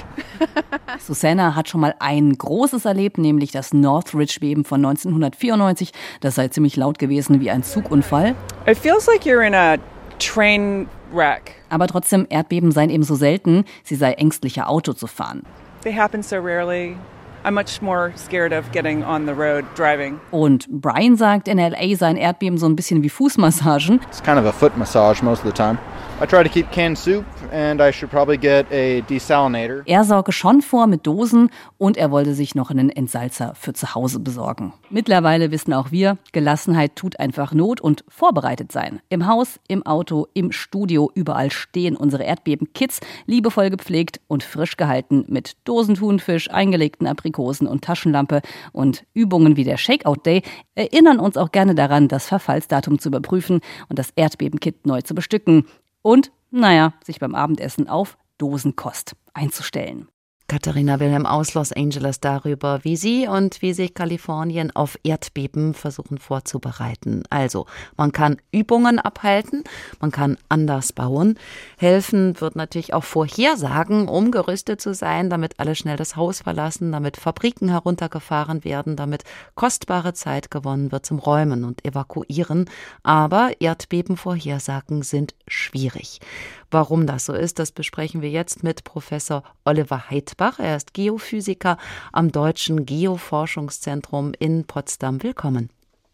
Susanna hat schon mal ein großes erlebt, nämlich das Northridge-Beben von neunzehnhundertvierundneunzig. Das sei ziemlich laut gewesen wie ein Zugunfall. It feels like you're in a train wreck. Aber trotzdem, Erdbeben seien eben so selten, sie sei ängstlicher, Auto zu fahren. They happen so rarely. I'm much more scared of getting on the road driving. Und Brian sagt, in L A seien Erdbeben so ein bisschen wie Fußmassagen. It's kind of a foot massage most of the time. I try to keep canned soup and I should probably get a desalinator. Er sorge schon vor mit Dosen und er wollte sich noch einen Entsalzer für zu Hause besorgen. Mittlerweile wissen auch wir, Gelassenheit tut einfach Not und vorbereitet sein. Im Haus, im Auto, im Studio, überall stehen unsere Erdbeben-Kits, liebevoll gepflegt und frisch gehalten mit Dosenthunfisch, eingelegten Aprikosen und Taschenlampe. Und Übungen wie der Shakeout Day erinnern uns auch gerne daran, das Verfallsdatum zu überprüfen und das Erdbeben-Kit neu zu bestücken. Und, naja, sich beim Abendessen auf Dosenkost einzustellen. Katharina Wilhelm aus Los Angeles darüber, wie sie und wie sich Kalifornien auf Erdbeben versuchen vorzubereiten. Also, man kann Übungen abhalten, man kann anders bauen. Helfen wird natürlich auch Vorhersagen, um gerüstet zu sein, damit alle schnell das Haus verlassen, damit Fabriken heruntergefahren werden, damit kostbare Zeit gewonnen wird zum Räumen und Evakuieren. Aber Erdbebenvorhersagen sind schwierig. Warum das so ist, das besprechen wir jetzt mit Professor Oliver Heidbach. Er ist Geophysiker am Deutschen Geoforschungszentrum in Potsdam. Willkommen.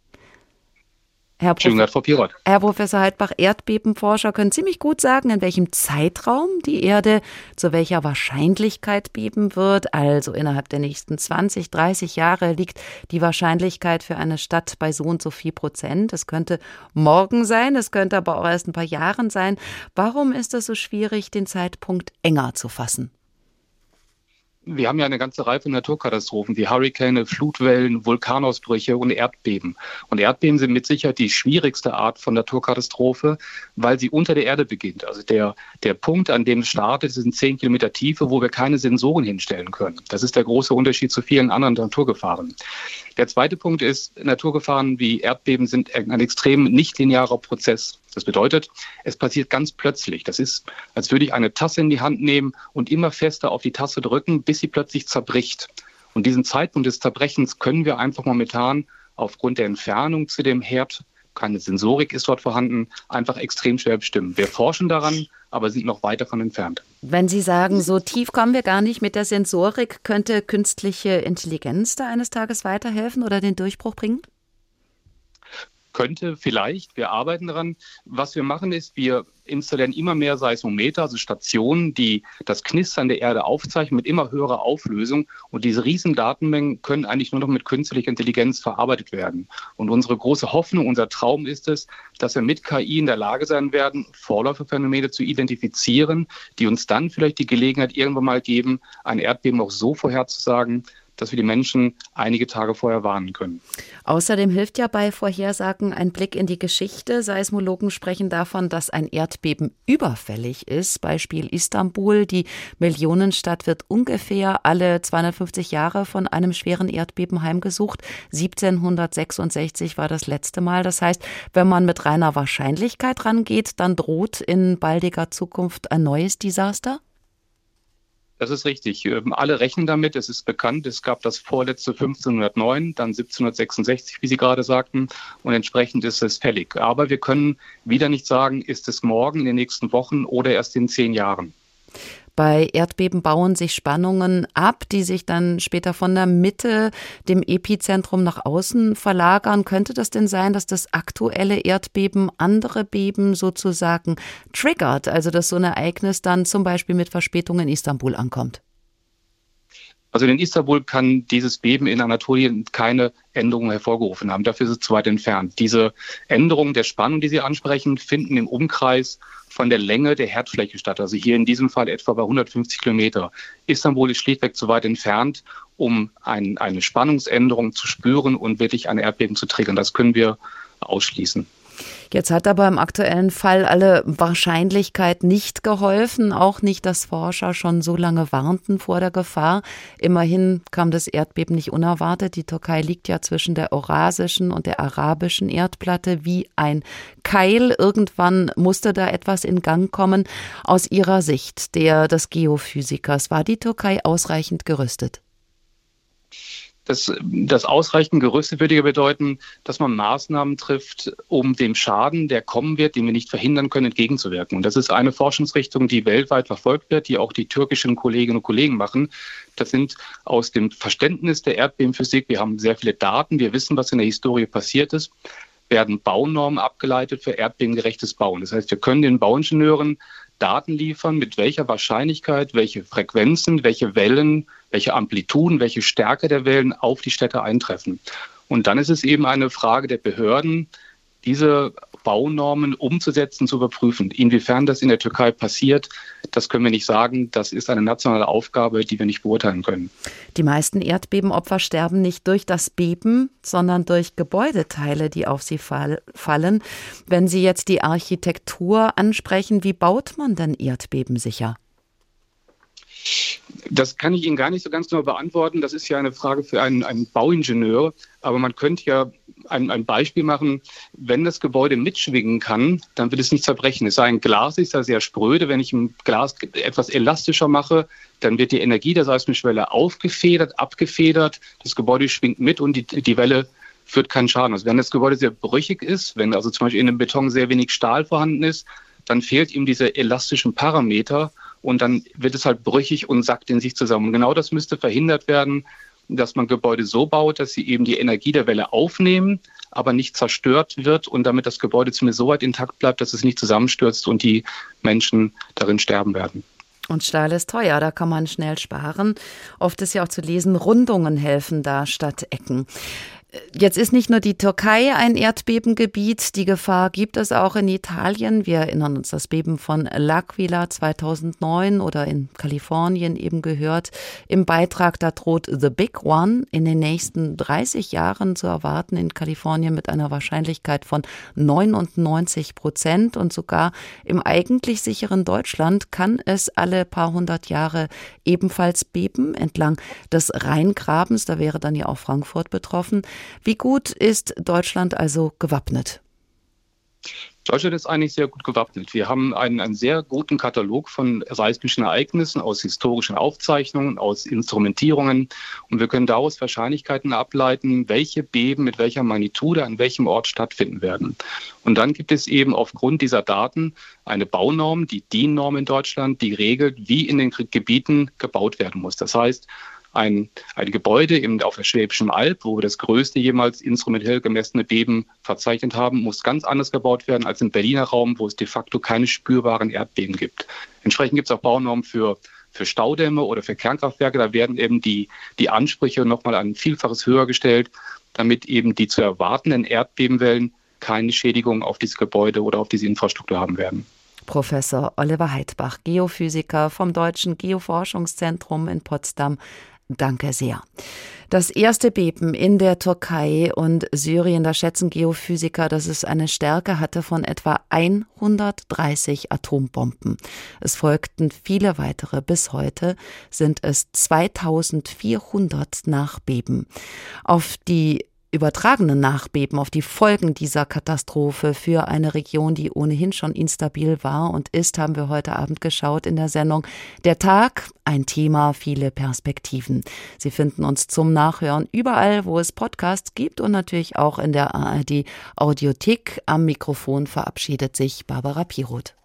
Herr, Prof. Frau Pirot. Herr Professor Heidbach, Erdbebenforscher können ziemlich gut sagen, in welchem Zeitraum die Erde zu welcher Wahrscheinlichkeit beben wird. Also innerhalb der nächsten zwanzig, dreißig Jahre liegt die Wahrscheinlichkeit für eine Stadt bei so und so viel Prozent. Es könnte morgen sein, es könnte aber auch erst ein paar Jahren sein. Warum ist es so schwierig, den Zeitpunkt enger zu fassen? Wir haben ja eine ganze Reihe von Naturkatastrophen wie Hurrikane, Flutwellen, Vulkanausbrüche und Erdbeben. Und Erdbeben sind mit Sicherheit die schwierigste Art von Naturkatastrophe, weil sie unter der Erde beginnt. Also der, der Punkt, an dem es startet, sind zehn Kilometer Tiefe, wo wir keine Sensoren hinstellen können. Das ist der große Unterschied zu vielen anderen Naturgefahren. Der zweite Punkt ist, Naturgefahren wie Erdbeben sind ein extrem nichtlinearer Prozess. Das bedeutet, es passiert ganz plötzlich. Das ist, als würde ich eine Tasse in die Hand nehmen und immer fester auf die Tasse drücken, bis sie plötzlich zerbricht. Und diesen Zeitpunkt des Zerbrechens können wir einfach momentan aufgrund der Entfernung zu dem Herd, keine Sensorik ist dort vorhanden, einfach extrem schwer bestimmen. Wir forschen daran, aber sind noch weit davon entfernt. Wenn Sie sagen, so tief kommen wir gar nicht mit der Sensorik, könnte künstliche Intelligenz da eines Tages weiterhelfen oder den Durchbruch bringen? Könnte, vielleicht. Wir arbeiten daran. Was wir machen ist, wir installieren immer mehr Seismometer, also Stationen, die das Knistern der Erde aufzeichnen mit immer höherer Auflösung. Und diese riesen Datenmengen können eigentlich nur noch mit künstlicher Intelligenz verarbeitet werden. Und unsere große Hoffnung, unser Traum ist es, dass wir mit K I in der Lage sein werden, Vorläuferphänomene zu identifizieren, die uns dann vielleicht die Gelegenheit irgendwann mal geben, ein Erdbeben auch so vorherzusagen, dass wir die Menschen einige Tage vorher warnen können. Außerdem hilft ja bei Vorhersagen ein Blick in die Geschichte. Seismologen sprechen davon, dass ein Erdbeben überfällig ist. Beispiel Istanbul. Die Millionenstadt wird ungefähr alle zweihundertfünfzig Jahre von einem schweren Erdbeben heimgesucht. siebzehnhundertsechsundsechzig war das letzte Mal. Das heißt, wenn man mit reiner Wahrscheinlichkeit rangeht, dann droht in baldiger Zukunft ein neues Desaster? Das ist richtig. Alle rechnen damit. Es ist bekannt, es gab das vorletzte fünfzehnhundertneun, dann siebzehnhundertsechsundsechzig, wie Sie gerade sagten, und entsprechend ist es fällig. Aber wir können wieder nicht sagen, ist es morgen, in den nächsten Wochen oder erst in zehn Jahren. Bei Erdbeben bauen sich Spannungen ab, die sich dann später von der Mitte, dem Epizentrum nach außen verlagern. Könnte das denn sein, dass das aktuelle Erdbeben andere Beben sozusagen triggert? Also dass so ein Ereignis dann zum Beispiel mit Verspätung in Istanbul ankommt? Also in Istanbul kann dieses Beben in Anatolien keine Änderungen hervorgerufen haben. Dafür ist es zu weit entfernt. Diese Änderungen der Spannung, die Sie ansprechen, finden im Umkreis von der Länge der Herdfläche statt. Also hier in diesem Fall etwa bei hundertfünfzig Kilometer. Istanbul ist schlichtweg zu weit entfernt, um ein, eine Spannungsänderung zu spüren und wirklich ein Erdbeben zu triggern. Das können wir ausschließen. Jetzt hat aber im aktuellen Fall alle Wahrscheinlichkeit nicht geholfen, auch nicht, dass Forscher schon so lange warnten vor der Gefahr. Immerhin kam das Erdbeben nicht unerwartet. Die Türkei liegt ja zwischen der eurasischen und der arabischen Erdplatte wie ein Keil. Irgendwann musste da etwas in Gang kommen. Aus Ihrer Sicht, der des Geophysikers, war die Türkei ausreichend gerüstet? Das, das ausreichend gerüstet würde ja bedeuten, dass man Maßnahmen trifft, um dem Schaden, der kommen wird, den wir nicht verhindern können, entgegenzuwirken. Und das ist eine Forschungsrichtung, die weltweit verfolgt wird, die auch die türkischen Kolleginnen und Kollegen machen. Das sind aus dem Verständnis der Erdbebenphysik, wir haben sehr viele Daten, wir wissen, was in der Historie passiert ist, werden Baunormen abgeleitet für erdbebengerechtes Bauen. Das heißt, wir können den Bauingenieuren Daten liefern, mit welcher Wahrscheinlichkeit, welche Frequenzen, welche Wellen, welche Amplituden, welche Stärke der Wellen auf die Städte eintreffen. Und dann ist es eben eine Frage der Behörden, diese Baunormen umzusetzen, zu überprüfen. Inwiefern das in der Türkei passiert, das können wir nicht sagen. Das ist eine nationale Aufgabe, die wir nicht beurteilen können. Die meisten Erdbebenopfer sterben nicht durch das Beben, sondern durch Gebäudeteile, die auf sie fall- fallen. Wenn Sie jetzt die Architektur ansprechen, wie baut man denn Erdbeben sicher? Das kann ich Ihnen gar nicht so ganz genau beantworten. Das ist ja eine Frage für einen, einen Bauingenieur. Aber man könnte ja ein, ein Beispiel machen, wenn das Gebäude mitschwingen kann, dann wird es nicht zerbrechen. Es sei ein Glas, ist ja sehr spröde. Wenn ich ein Glas etwas elastischer mache, dann wird die Energie der Seismischwelle aufgefedert, abgefedert. Das Gebäude schwingt mit und die, die Welle führt keinen Schaden. Also wenn das Gebäude sehr brüchig ist, wenn also zum Beispiel in dem Beton sehr wenig Stahl vorhanden ist, dann fehlt ihm diese elastischen Parameter und dann wird es halt brüchig und sackt in sich zusammen. Und genau das müsste verhindert werden, dass man Gebäude so baut, dass sie eben die Energie der Welle aufnehmen, aber nicht zerstört wird und damit das Gebäude zumindest so weit intakt bleibt, dass es nicht zusammenstürzt und die Menschen darin sterben werden. Und Stahl ist teuer, da kann man schnell sparen. Oft ist ja auch zu lesen, Rundungen helfen da statt Ecken. Jetzt ist nicht nur die Türkei ein Erdbebengebiet, die Gefahr gibt es auch in Italien. Wir erinnern uns das Beben von L'Aquila zweitausendneun oder in Kalifornien eben gehört. Im Beitrag, da droht The Big One in den nächsten dreißig Jahren zu erwarten in Kalifornien mit einer Wahrscheinlichkeit von neunundneunzig Prozent. Und sogar im eigentlich sicheren Deutschland kann es alle paar hundert Jahre ebenfalls beben entlang des Rheingrabens. Da wäre dann ja auch Frankfurt betroffen. Wie gut ist Deutschland also gewappnet? Deutschland ist eigentlich sehr gut gewappnet. Wir haben einen, einen sehr guten Katalog von seismischen Ereignissen aus historischen Aufzeichnungen, aus Instrumentierungen. Und wir können daraus Wahrscheinlichkeiten ableiten, welche Beben mit welcher Magnitude an welchem Ort stattfinden werden. Und dann gibt es eben aufgrund dieser Daten eine Baunorm, die D I N-Norm in Deutschland, die regelt, wie in den Gebieten gebaut werden muss. Das heißt, Ein, ein Gebäude eben auf der Schwäbischen Alb, wo wir das größte jemals instrumentell gemessene Beben verzeichnet haben, muss ganz anders gebaut werden als im Berliner Raum, wo es de facto keine spürbaren Erdbeben gibt. Entsprechend gibt es auch Baunormen für, für Staudämme oder für Kernkraftwerke. Da werden eben die, die Ansprüche nochmal ein Vielfaches höher gestellt, damit eben die zu erwartenden Erdbebenwellen keine Schädigung auf dieses Gebäude oder auf diese Infrastruktur haben werden. Professor Oliver Heidbach, Geophysiker vom Deutschen Geoforschungszentrum in Potsdam. Danke sehr. Das erste Beben in der Türkei und Syrien, da schätzen Geophysiker, dass es eine Stärke hatte von etwa hundertdreißig Atombomben. Es folgten viele weitere. Bis heute sind es zweitausendvierhundert Nachbeben. Auf die übertragenen Nachbeben, auf die Folgen dieser Katastrophe für eine Region, die ohnehin schon instabil war und ist, haben wir heute Abend geschaut in der Sendung Der Tag, ein Thema, viele Perspektiven. Sie finden uns zum Nachhören überall, wo es Podcasts gibt und natürlich auch in der A R D Audiothek. Am Mikrofon verabschiedet sich Barbara Piroth.